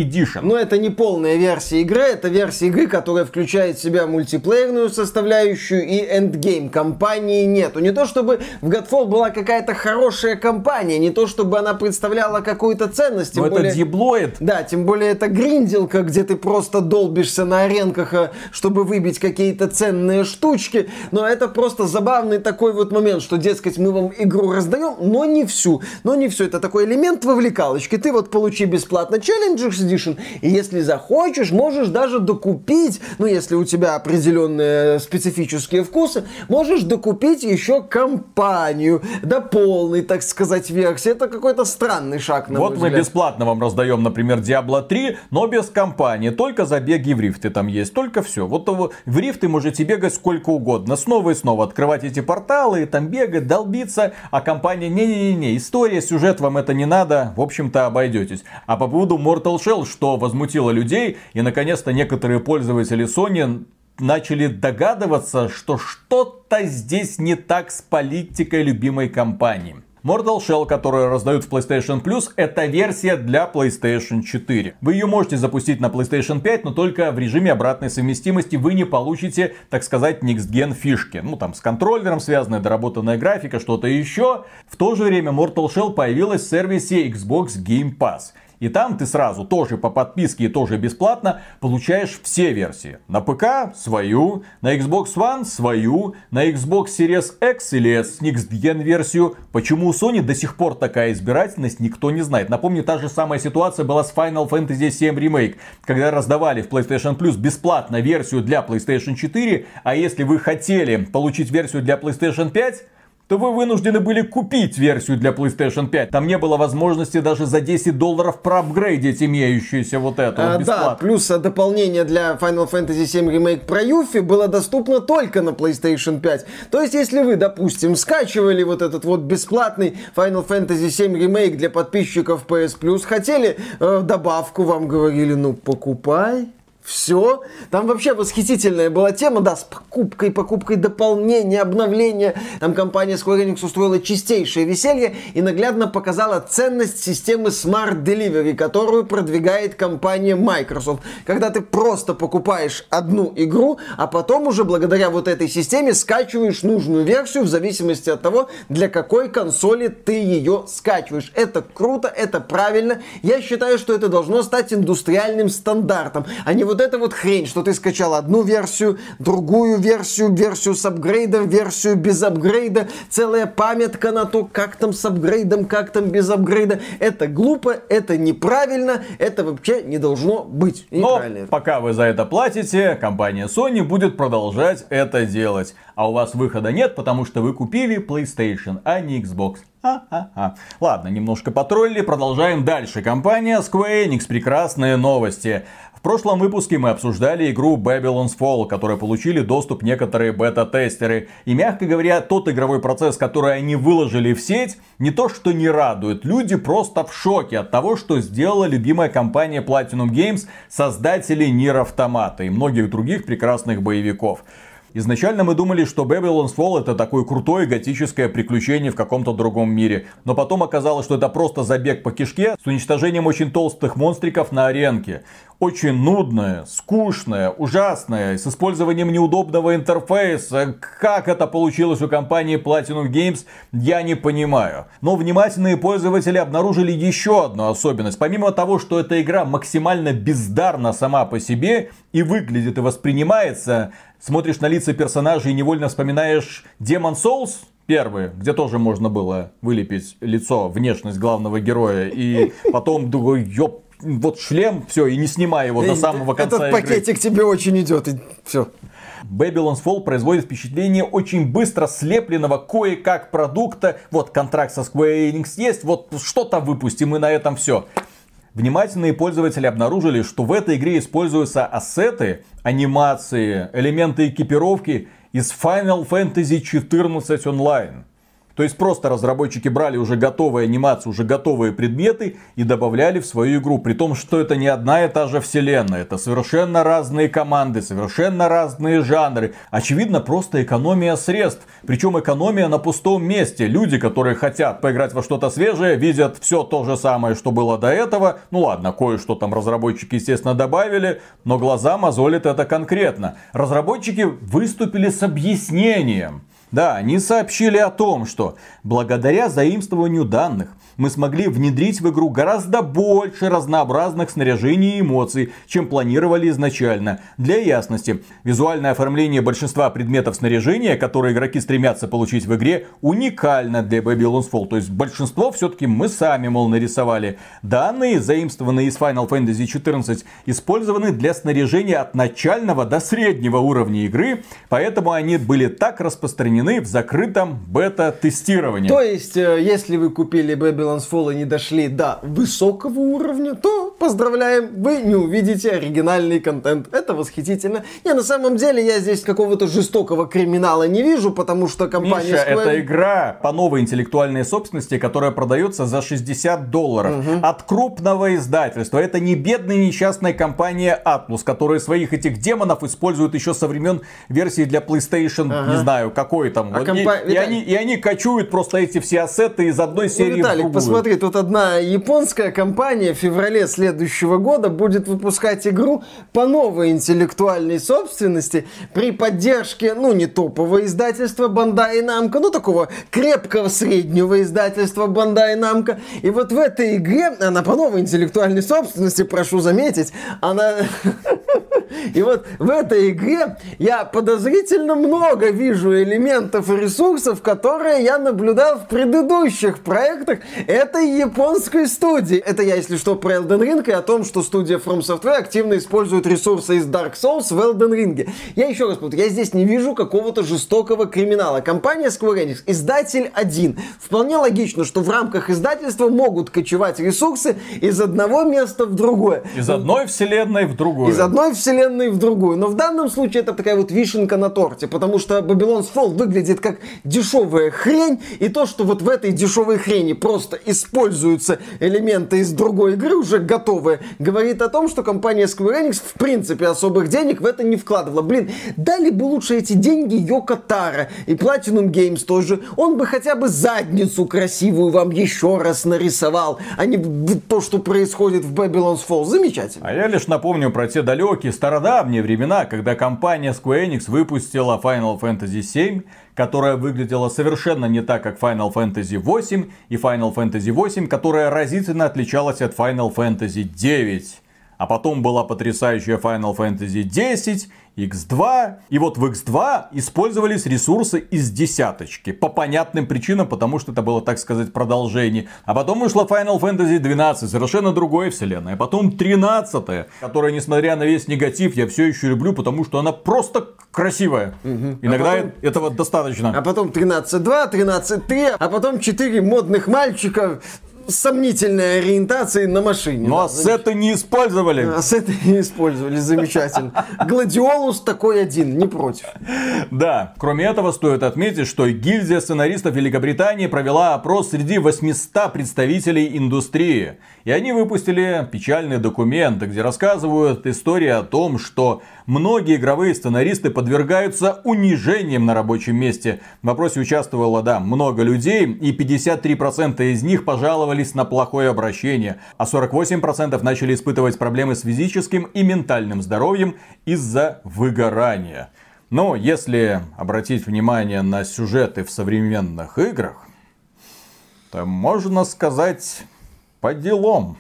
Но это не полная версия игры, это версия игры, которая включает в себя мультиплеерную составляющую и эндгейм. Кампании нету. Не то чтобы в Godfall была какая-то хорошая кампания, не то чтобы она представляла какую-то ценность. Но это диблоид. Да, тем более это гринделка, где ты просто долбишься на аренках, чтобы выбить какие-то ценные штучки. Но это просто забавный такой вот момент, что, дескать, мы вам игру раздаем, но не всю. Но не все. Это такой элемент вовлекалочки. Ты вот получи бесплатно Challengers Edition, и если захочешь, можешь даже докупить, ну, если у тебя определенные специфические вкусы, можешь докупить еще кампанию до полной, так сказать, версии. Это какой-то странный шаг, на мой взгляд. Мы бесплатно вам раздаем, например, Diablo 3, но без кампании. Только забеги в рифты там есть, только все. Вот в рифты можете бегать сколько угодно. Снова и снова открывать эти порталы, и там бегать, долбиться. А компания, не-не-не, история, сюжет, вам это не надо. В общем-то, обойдетесь. А по поводу Mortal Shell, что возмутило людей, и наконец-то некоторые пользователи Sony начали догадываться, что что-то здесь не так с политикой любимой компании. Mortal Shell, которую раздают в PlayStation Plus, это версия для PlayStation 4. Вы ее можете запустить на PlayStation 5, но только в режиме обратной совместимости. Вы не получите, так сказать, Next Gen фишки. Ну, там, с контроллером связанная, доработанная графика, что-то еще. В то же время Mortal Shell появилась в сервисе Xbox Game Pass. И там ты сразу тоже по подписке и тоже бесплатно получаешь все версии. На ПК свою, на Xbox One свою, на Xbox Series X или S Next Gen версию. Почему у Sony до сих пор такая избирательность, никто не знает. Напомню, та же самая ситуация была с Final Fantasy VII Remake, когда раздавали в PlayStation Plus бесплатно версию для PlayStation 4, а если вы хотели получить версию для PlayStation 5, то вы вынуждены были купить версию для PlayStation 5. Там не было возможности даже за $10 проапгрейдить имеющуюся вот эту вот бесплатно. Да, плюс дополнение для Final Fantasy VII Remake про Юфи было доступно только на PlayStation 5. То есть, если вы, допустим, скачивали вот этот вот бесплатный Final Fantasy VII Remake для подписчиков PS Plus, хотели добавку, вам говорили, ну покупай. Все. Там вообще восхитительная была тема, да, с покупкой дополнения, обновления. Там компания Square Enix устроила чистейшее веселье и наглядно показала ценность системы Smart Delivery, которую продвигает компания Microsoft. Когда ты просто покупаешь одну игру, а потом уже благодаря вот этой системе скачиваешь нужную версию в зависимости от того, для какой консоли ты ее скачиваешь. Это круто, это правильно. Я считаю, что это должно стать индустриальным стандартом, а не вот эта вот хрень, что ты скачал одну версию, другую версию, версию с апгрейдом, версию без апгрейда, целая памятка на то, как там с апгрейдом, как там без апгрейда. Это глупо, это неправильно, это вообще не должно быть. Но пока вы за это платите, компания Sony будет продолжать это делать. А у вас выхода нет, потому что вы купили PlayStation, а не Xbox. Ладно, немножко потроллили, продолжаем дальше. Компания Square Enix, прекрасные новости. В прошлом выпуске мы обсуждали игру Babylon's Fall, которой получили доступ некоторые бета-тестеры. И, мягко говоря, тот игровой процесс, который они выложили в сеть, не то что не радует. Люди просто в шоке от того, что сделала любимая компания Platinum Games, создатели Nier Automata и многих других прекрасных боевиков. Изначально мы думали, что Babylon's Fall это такое крутое готическое приключение в каком-то другом мире. Но потом оказалось, что это просто забег по кишке с уничтожением очень толстых монстриков на аренке. Очень нудное, скучное, ужасное, с использованием неудобного интерфейса. Как это получилось у компании Platinum Games, я не понимаю. Но внимательные пользователи обнаружили еще одну особенность. Помимо того, что эта игра максимально бездарна сама по себе и выглядит и воспринимается, смотришь на лица персонажей и невольно вспоминаешь Demon's Souls первый, где тоже можно было вылепить лицо, внешность главного героя, и потом думаю, ёп, вот шлем, все, и не снимай его до самого конца игры. Этот пакетик тебе очень идет, и все. Babylon's Fall производит впечатление очень быстро слепленного кое-как продукта. Вот контракт со Square Enix есть, вот что-то выпустим, и на этом все. Внимательные пользователи обнаружили, что в этой игре используются ассеты, анимации, элементы экипировки из Final Fantasy XIV Online. То есть просто разработчики брали уже готовые анимации, уже готовые предметы и добавляли в свою игру. При том, что это не одна и та же вселенная. Это совершенно разные команды, совершенно разные жанры. Очевидно, просто экономия средств. Причем экономия на пустом месте. Люди, которые хотят поиграть во что-то свежее, видят все то же самое, что было до этого. Ну ладно, кое-что там разработчики, естественно, добавили, но глаза мозолит это конкретно. Разработчики выступили с объяснением. Да, они сообщили о том, что благодаря заимствованию данных мы смогли внедрить в игру гораздо больше разнообразных снаряжений и эмоций, чем планировали изначально. Для ясности, визуальное оформление большинства предметов снаряжения, которые игроки стремятся получить в игре, уникально для Babylon's Fall. То есть большинство все-таки мы сами, мол, нарисовали. Данные, заимствованные из Final Fantasy XIV, использованы для снаряжения от начального до среднего уровня игры, поэтому они были так распространены в закрытом бета-тестировании. То есть, если вы купили Babylon's Fall и не дошли до высокого уровня, то поздравляем, вы не увидите оригинальный контент. Это восхитительно. Не, на самом деле я здесь какого-то жестокого криминала не вижу, потому что компания Миша, Square... это игра по новой интеллектуальной собственности, которая продается за $60 от крупного издательства. Это не бедная несчастная компания Atlus, которая своих этих демонов использует еще со времен версии для PlayStation, не знаю, какой там. И они качуют просто эти все ассеты из одной серии в другую. Посмотри, тут одна японская компания в феврале следующего года будет выпускать игру по новой интеллектуальной собственности при поддержке, ну, не топового издательства Bandai Namco, ну, такого крепкого среднего издательства Bandai Namco. И вот в этой игре, она по новой интеллектуальной собственности, прошу заметить, она... И вот в этой игре я подозрительно много вижу элементов и ресурсов, которые я наблюдал в предыдущих проектах этой японской студии. Это я, если что, про Elden Ring и о том, что студия From Software активно использует ресурсы из Dark Souls в Elden Ring. Я еще раз повторю, я здесь не вижу какого-то жестокого криминала. Компания Square Enix, издатель один. Вполне логично, что в рамках издательства могут кочевать ресурсы из одного места в другое. Из одной вселенной в другую. Из одной вселенной в другую. Но в данном случае это такая вот вишенка на торте, потому что Babylon's Fall выглядит как дешевая хрень, и то, что вот в этой дешевой хрени просто используются элементы из другой игры, уже готовые, говорит о том, что компания Square Enix в принципе особых денег в это не вкладывала. Блин, дали бы лучше эти деньги Йоко Таро и Platinum Games тоже. Он бы хотя бы задницу красивую вам еще раз нарисовал, а не то, что происходит в Babylon's Fall. Замечательно. А я лишь напомню про те далекие стародавние времена, когда компания Square Enix выпустила Final Fantasy VII, которая выглядела совершенно не так, как Final Fantasy VIII, и Final Fantasy VIII, которая разительно отличалась от Final Fantasy IX. А потом была потрясающая Final Fantasy X, X2. И вот в X2 использовались ресурсы из десяточки. По понятным причинам, потому что это было, так сказать, продолжение. А потом вышла Final Fantasy 12, совершенно другое вселенная. А потом 13, которая, несмотря на весь негатив, я все еще люблю, потому что она просто красивая. Иногда этого достаточно. А потом 13.2, 13.3, а потом 4 модных мальчика с сомнительной ориентацией на машине. Ну, ассеты не использовали. Ассеты не использовали, замечательно. Гладиолус такой один, не против. Да, кроме этого, стоит отметить, что гильдия сценаристов Великобритании провела опрос среди 800 представителей индустрии. И они выпустили печальные документы, где рассказывают истории о том, что многие игровые сценаристы подвергаются унижениям на рабочем месте. В вопросе участвовало, да, много людей, и 53% из них пожаловались на плохое обращение, а 48% начали испытывать проблемы с физическим и ментальным здоровьем из-за выгорания. Но если обратить внимание на сюжеты в современных играх, то можно сказать по делам.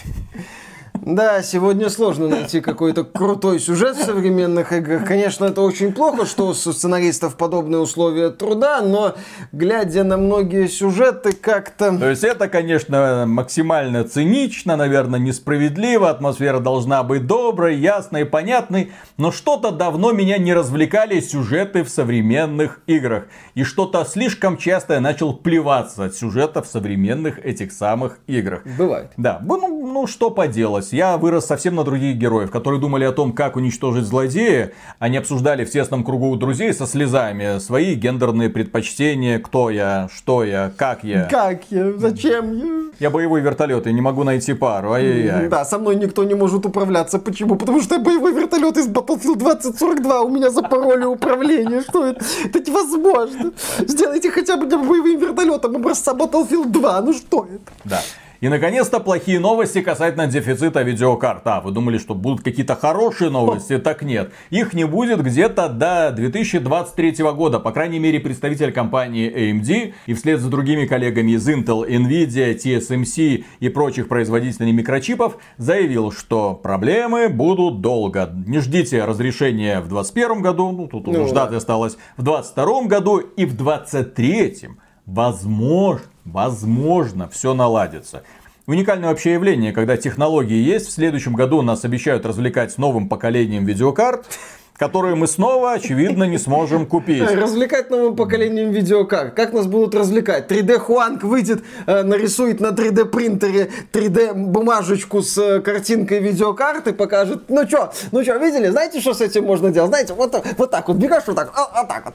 Да, сегодня сложно найти какой-то крутой сюжет в современных играх. Конечно, это очень плохо, что у сценаристов подобные условия труда, но глядя на многие сюжеты как-то... То есть это, конечно, максимально цинично, наверное, несправедливо. Атмосфера должна быть доброй, ясной, понятной. Но что-то давно меня не развлекали сюжеты в современных играх. И что-то слишком часто я начал плеваться от сюжета в современных этих самых играх. Бывает. Да, ну что поделать. Я вырос совсем на других героев, которые думали о том, как уничтожить злодея. Они обсуждали в тесном кругу друзей со слезами свои гендерные предпочтения. Кто я, что я, как я. Как я, зачем я? Я боевой вертолет, и не могу найти пару. Ай-яй-яй. Да, со мной никто не может управляться. Почему? Потому что я боевой вертолет из Battlefield 2042. У меня запороли управление. Что это? Это невозможно. Сделайте хотя бы боевым вертолетом образца Battlefield 2. Ну что это? Да. И, наконец-то, плохие новости касательно дефицита видеокарт. Вы думали, что будут какие-то хорошие новости? Так нет. Их не будет где-то до 2023 года. По крайней мере, представитель компании AMD и вслед за другими коллегами из Intel, Nvidia, TSMC и прочих производителей микрочипов заявил, что проблемы будут долго. Не ждите разрешения в 2021 году, ну тут уже даты осталось, в 2022 году и в 2023. Возможно, все наладится. Уникальное вообще явление, когда технологии есть. В следующем году нас обещают развлекать новым поколением видеокарт, которые мы снова, очевидно, не сможем купить. Развлекать новым поколением видеокарт. Как нас будут развлекать? 3D Хуанг выйдет, нарисует на 3D принтере 3D бумажечку с картинкой видеокарты, покажет. Ну чё, видели? Знаете, что с этим можно делать? Знаете, вот так вот бегаешь, вот так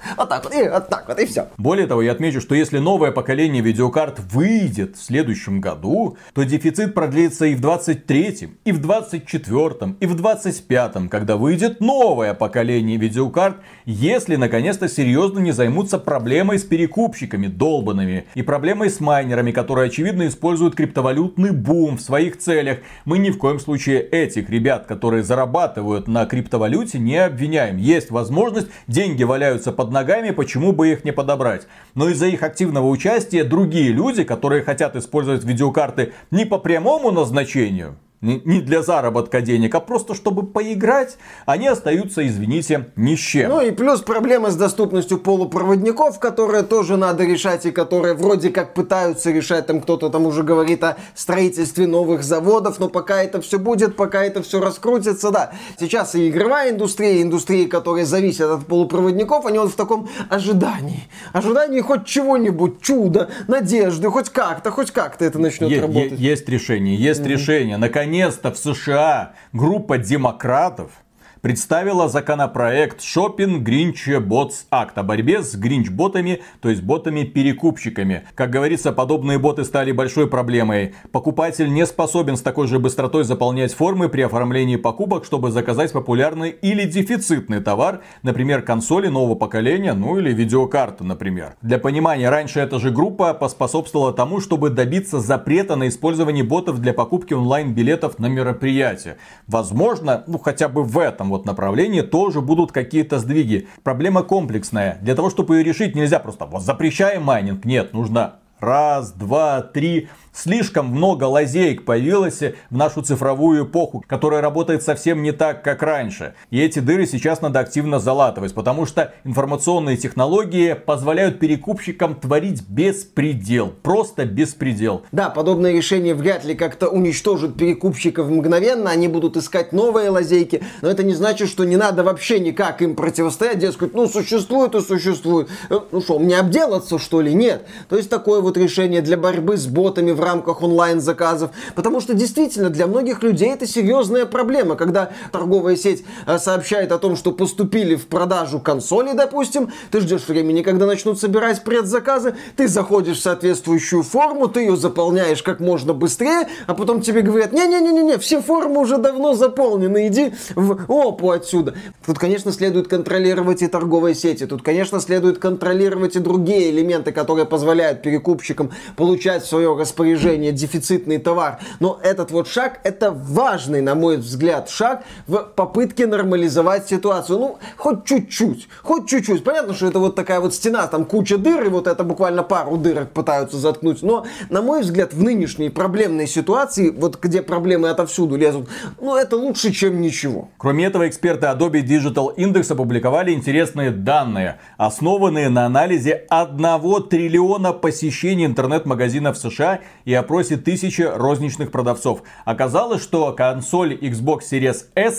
вот, и все. Более того, я отмечу, что если новое поколение видеокарт выйдет в следующем году, то дефицит продлится и в 23-м, и в 24-м, и в 25-м, когда выйдет новое поколение видеокарт, если наконец-то серьезно не займутся проблемой с перекупщиками долбанными и проблемой с майнерами, которые очевидно используют криптовалютный бум в своих целях. Мы ни в коем случае этих ребят, которые зарабатывают на криптовалюте, не обвиняем. Есть возможность, деньги валяются под ногами, почему бы их не подобрать. Но из-за их активного участия другие люди, которые хотят использовать видеокарты не по прямому назначению, не для заработка денег, а просто чтобы поиграть, они остаются, извините, ни с чем. Ну и плюс проблема с доступностью полупроводников, которые тоже надо решать и которые вроде как пытаются решать. Там кто-то там уже говорит о строительстве новых заводов, но пока это все будет, пока это все раскрутится, да. Сейчас и игровая индустрия, индустрии, которые зависят от полупроводников, они вот в таком ожидании. Ожидании хоть чего-нибудь, чуда, надежды, хоть как-то это начнет работать. Есть решение. Наконец-то в США группа демократов представила законопроект Shopping Grinch Bots Act о борьбе с гринч-ботами, то есть ботами-перекупщиками. Как говорится, подобные боты стали большой проблемой. Покупатель не способен с такой же быстротой заполнять формы при оформлении покупок, чтобы заказать популярный или дефицитный товар, например, консоли нового поколения, ну или видеокарты, например. Для понимания, раньше эта же группа поспособствовала тому, чтобы добиться запрета на использование ботов для покупки онлайн-билетов на мероприятия. Возможно, хотя бы в этом направлении тоже будут какие-то сдвиги. Проблема комплексная. Для того, чтобы ее решить, нельзя просто запрещаем майнинг. Нет, нужно раз, два, три. Слишком много лазеек появилось в нашу цифровую эпоху, которая работает совсем не так, как раньше. И эти дыры сейчас надо активно залатывать, потому что информационные технологии позволяют перекупщикам творить беспредел. Просто беспредел. Да, подобное решение вряд ли как-то уничтожит перекупщиков мгновенно, они будут искать новые лазейки, но это не значит, что не надо вообще никак им противостоять, дескать, существует и существует. Мне обделаться, что ли? Нет. То есть такое вот решение для борьбы с ботами в рамках онлайн-заказов. Потому что действительно для многих людей это серьезная проблема. Когда торговая сеть сообщает о том, что поступили в продажу консоли, допустим, ты ждешь времени, когда начнут собирать предзаказы, ты заходишь в соответствующую форму, ты ее заполняешь как можно быстрее, а потом тебе говорят, не-не-не-не, все формы уже давно заполнены, иди в опу отсюда. Тут, конечно, следует контролировать и торговые сети, тут, конечно, следует контролировать и другие элементы, которые позволяют перекупщикам получать в свое распоряжение дефицитный товар. Но этот вот шаг, это важный, на мой взгляд, шаг в попытке нормализовать ситуацию. Хоть чуть-чуть. Понятно, что это вот такая вот стена, там куча дыр, и вот это буквально пару дырок пытаются заткнуть. Но, на мой взгляд, в нынешней проблемной ситуации, вот где проблемы отовсюду лезут, это лучше, чем ничего. Кроме этого, эксперты Adobe Digital Index опубликовали интересные данные, основанные на анализе 1 триллиона посещений интернет-магазинов США и опросе 1000 розничных продавцов. Оказалось, что консоль Xbox Series S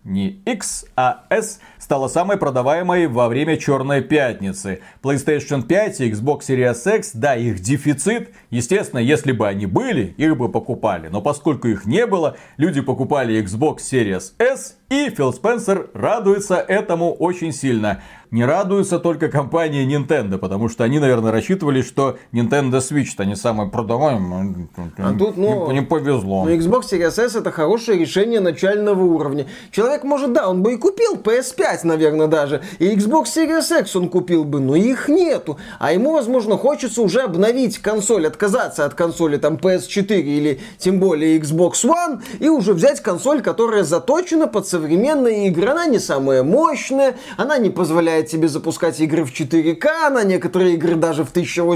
не X, а S стала самой продаваемой во время Черной Пятницы. PlayStation 5 и Xbox Series X, да, их дефицит. Естественно, если бы они были, их бы покупали. Но поскольку их не было, люди покупали Xbox Series S, и Фил Спенсер радуется этому очень сильно. Не радуется только компания Nintendo, потому что они, наверное, рассчитывали, что Nintendo Switch-то не самый продаваемый. А тут, не повезло. Но Xbox Series S это хорошее решение начального уровня. Человек, может, да, он бы и купил PS5, наверное, даже. И Xbox Series X он купил бы, но их нету. А ему, возможно, хочется уже обновить консоль, отказаться от консоли там PS4 или тем более Xbox One, и уже взять консоль, которая заточена под современные игры. Она не самая мощная, она не позволяет тебе запускать игры в 4К, на некоторые игры даже в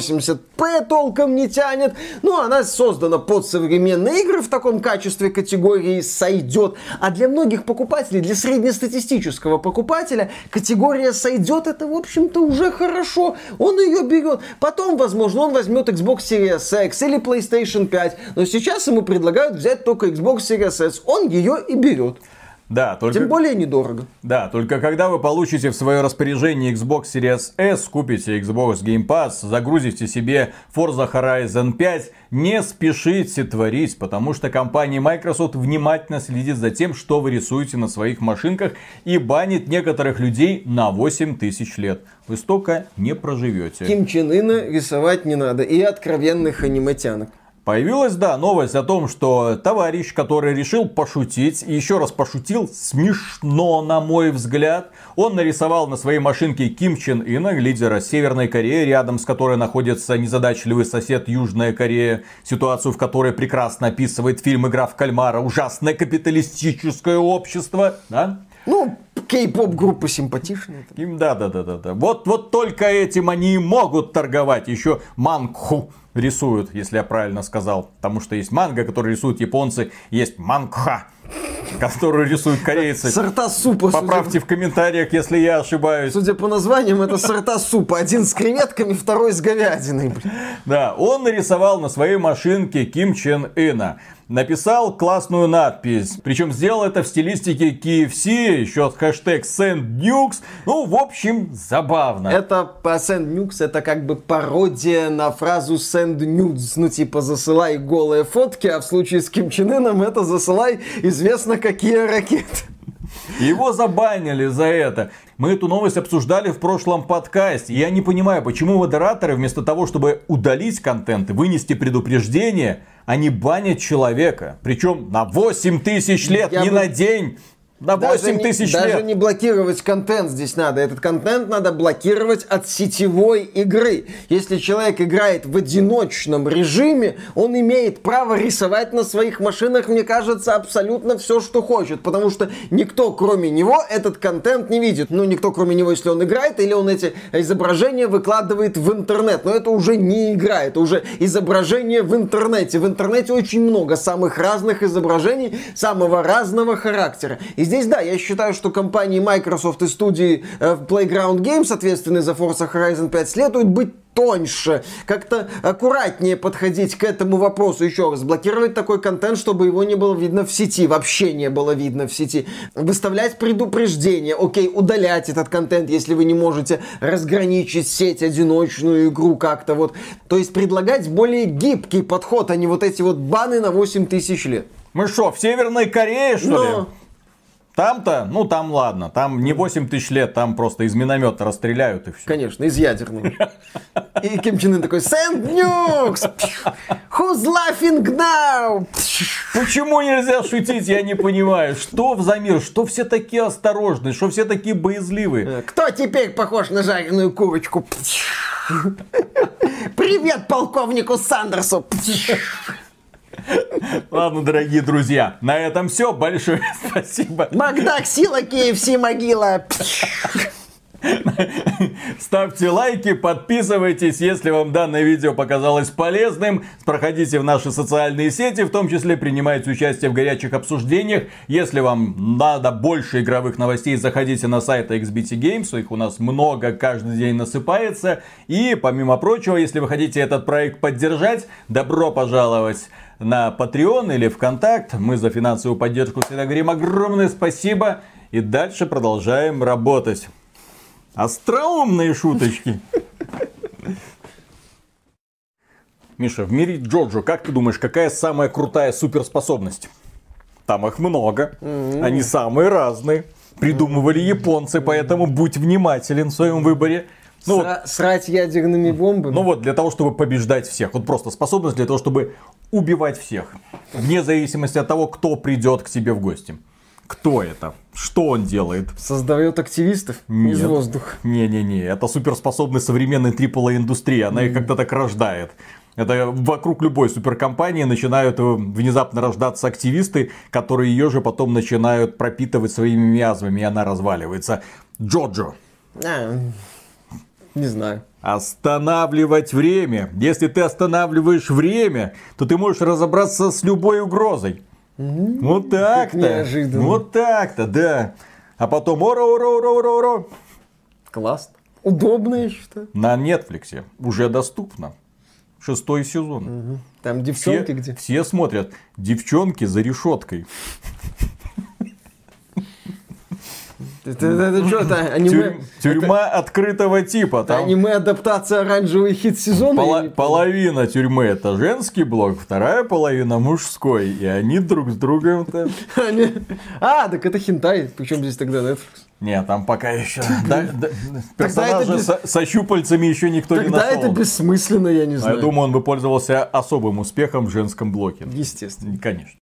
1080p толком не тянет. Но она создана под современные игры, в таком качестве категории сойдет. А для многих покупателей, для среднестатистического покупателя, категория сойдет, это, в общем-то, уже хорошо. Он ее берет. Потом, возможно, он возьмет Xbox Series X или PlayStation 5. Но сейчас ему предлагают взять только Xbox Series S. Он ее и берет. Да, только... Тем более недорого. Да, только когда вы получите в свое распоряжение Xbox Series S, купите Xbox Game Pass, загрузите себе Forza Horizon 5, не спешите творить, потому что компания Microsoft внимательно следит за тем, что вы рисуете на своих машинках, и банит некоторых людей на 8000 лет. Вы столько не проживете. Ким Чен Ына рисовать не надо. И откровенных аниметянок. Появилась, да, новость о том, что товарищ, который решил пошутить, и еще раз пошутил, смешно, на мой взгляд, он нарисовал на своей машинке Ким Чен Ына, лидера Северной Кореи, рядом с которой находится незадачливый сосед Южная Корея, ситуацию, в которой прекрасно описывает фильм «Игра в кальмара», ужасное капиталистическое общество, да? Ну, кей-поп группа симпатичная. Да. Вот только этим они и могут торговать. Еще мангху рисуют, если я правильно сказал. Потому что есть манга, которую рисуют японцы, есть мангха, которую рисуют корейцы. Сорта супа. Поправьте в комментариях, если я ошибаюсь. Судя по названиям, это сорта супа. Один с креветками, второй с говядиной. Да, он нарисовал на своей машинке Ким Чен Ына. Написал классную надпись. Причем сделал это в стилистике KFC, еще хэштег SendNukes. Ну, в общем, забавно. Это SendNukes, это как бы пародия на фразу Send Nudes. Ну, типа, засылай голые фотки, а в случае с Ким Чен Ыном это засылай известно какие ракеты. Его забанили за это. Мы эту новость обсуждали в прошлом подкасте. Я не понимаю, почему модераторы вместо того, чтобы удалить контент и вынести предупреждение, они банят человека. Причем на 8000 лет, не на день. На 8000 лет. Даже не блокировать контент здесь надо. Этот контент надо блокировать от сетевой игры. Если человек играет в одиночном режиме, он имеет право рисовать на своих машинах, мне кажется, абсолютно все, что хочет. Потому что никто, кроме него, этот контент не видит. Ну, никто, кроме него, если он играет, или он эти изображения выкладывает в интернет. Но это уже не игра, это уже изображение в интернете. В интернете очень много самых разных изображений, самого разного характера. И здесь, да, я считаю, что компании Microsoft и студии Playground Games, ответственные за Forza Horizon 5, следует быть тоньше, как-то аккуратнее подходить к этому вопросу. Еще раз, блокировать такой контент, чтобы его не было видно в сети, вообще не было видно в сети. Выставлять предупреждения, окей, удалять этот контент, если вы не можете разграничить сеть, одиночную игру как-то вот. То есть предлагать более гибкий подход, а не вот эти вот баны на 8000 лет. Мы что, в Северной Корее, что ли? Там-то, ну там ладно, там не 8000 лет, там просто из миномета расстреляют и все. Конечно, из ядерной. И Ким Чен Ын такой: Send nukes! Who's laughing now? Почему нельзя шутить, я не понимаю. Что за мир? Что все такие осторожные? Что все такие боязливые? Кто теперь похож на жареную курочку? Привет полковнику Сандерсу! Ладно, дорогие друзья, на этом все. Большое спасибо. Макдак, сила, KFC, могила. Ставьте лайки, подписывайтесь, если вам данное видео показалось полезным. Проходите в наши социальные сети, в том числе принимайте участие в горячих обсуждениях. Если вам надо больше игровых новостей, заходите на сайт XBT Games, их у нас много, каждый день насыпается. И помимо прочего, если вы хотите этот проект поддержать, добро пожаловать на Patreon или ВКонтакт. Мы за финансовую поддержку всегда говорим огромное спасибо. И дальше продолжаем работать. Остроумные шуточки. Миша, в мире Джоджо, как ты думаешь, какая самая крутая суперспособность? Там их много. Они самые разные. Придумывали японцы, поэтому будь внимателен в своем выборе. Ну, Срать ядерными бомбами? Ну вот, для того, чтобы побеждать всех. Вот просто способность для того, чтобы убивать всех. Вне зависимости от того, кто придет к тебе в гости. Кто это? Что он делает? Создает активистов из воздуха. Не-не-не, это суперспособность современной AAA-индустрии. Она их как-то так рождает. Это вокруг любой суперкомпании начинают внезапно рождаться активисты, которые ее же потом начинают пропитывать своими миазмами, и она разваливается. Джоджо. Не знаю. Останавливать время. Если ты останавливаешь время, то ты можешь разобраться с любой угрозой. Вот так-то. Неожиданно. Вот так-то, да. А потом оро-оро-оро-оро-оро. Классно. Удобно, я считаю. На Netflix уже доступно. 6-й сезон. Там девчонки где? Все смотрят. Девчонки за решеткой. Это что, это аниме? Тюрьма открытого типа. Это аниме-адаптация оранжевый хит сезона? Половина тюрьмы это женский блок, вторая половина мужской. И они друг с другом-то... Так это хентай. Причем здесь тогда Netflix? Нет, там пока еще... Персонажа со щупальцами еще никто не нашел. Тогда это бессмысленно, я не знаю. Я думаю, он бы пользовался особым успехом в женском блоке. Естественно. Конечно.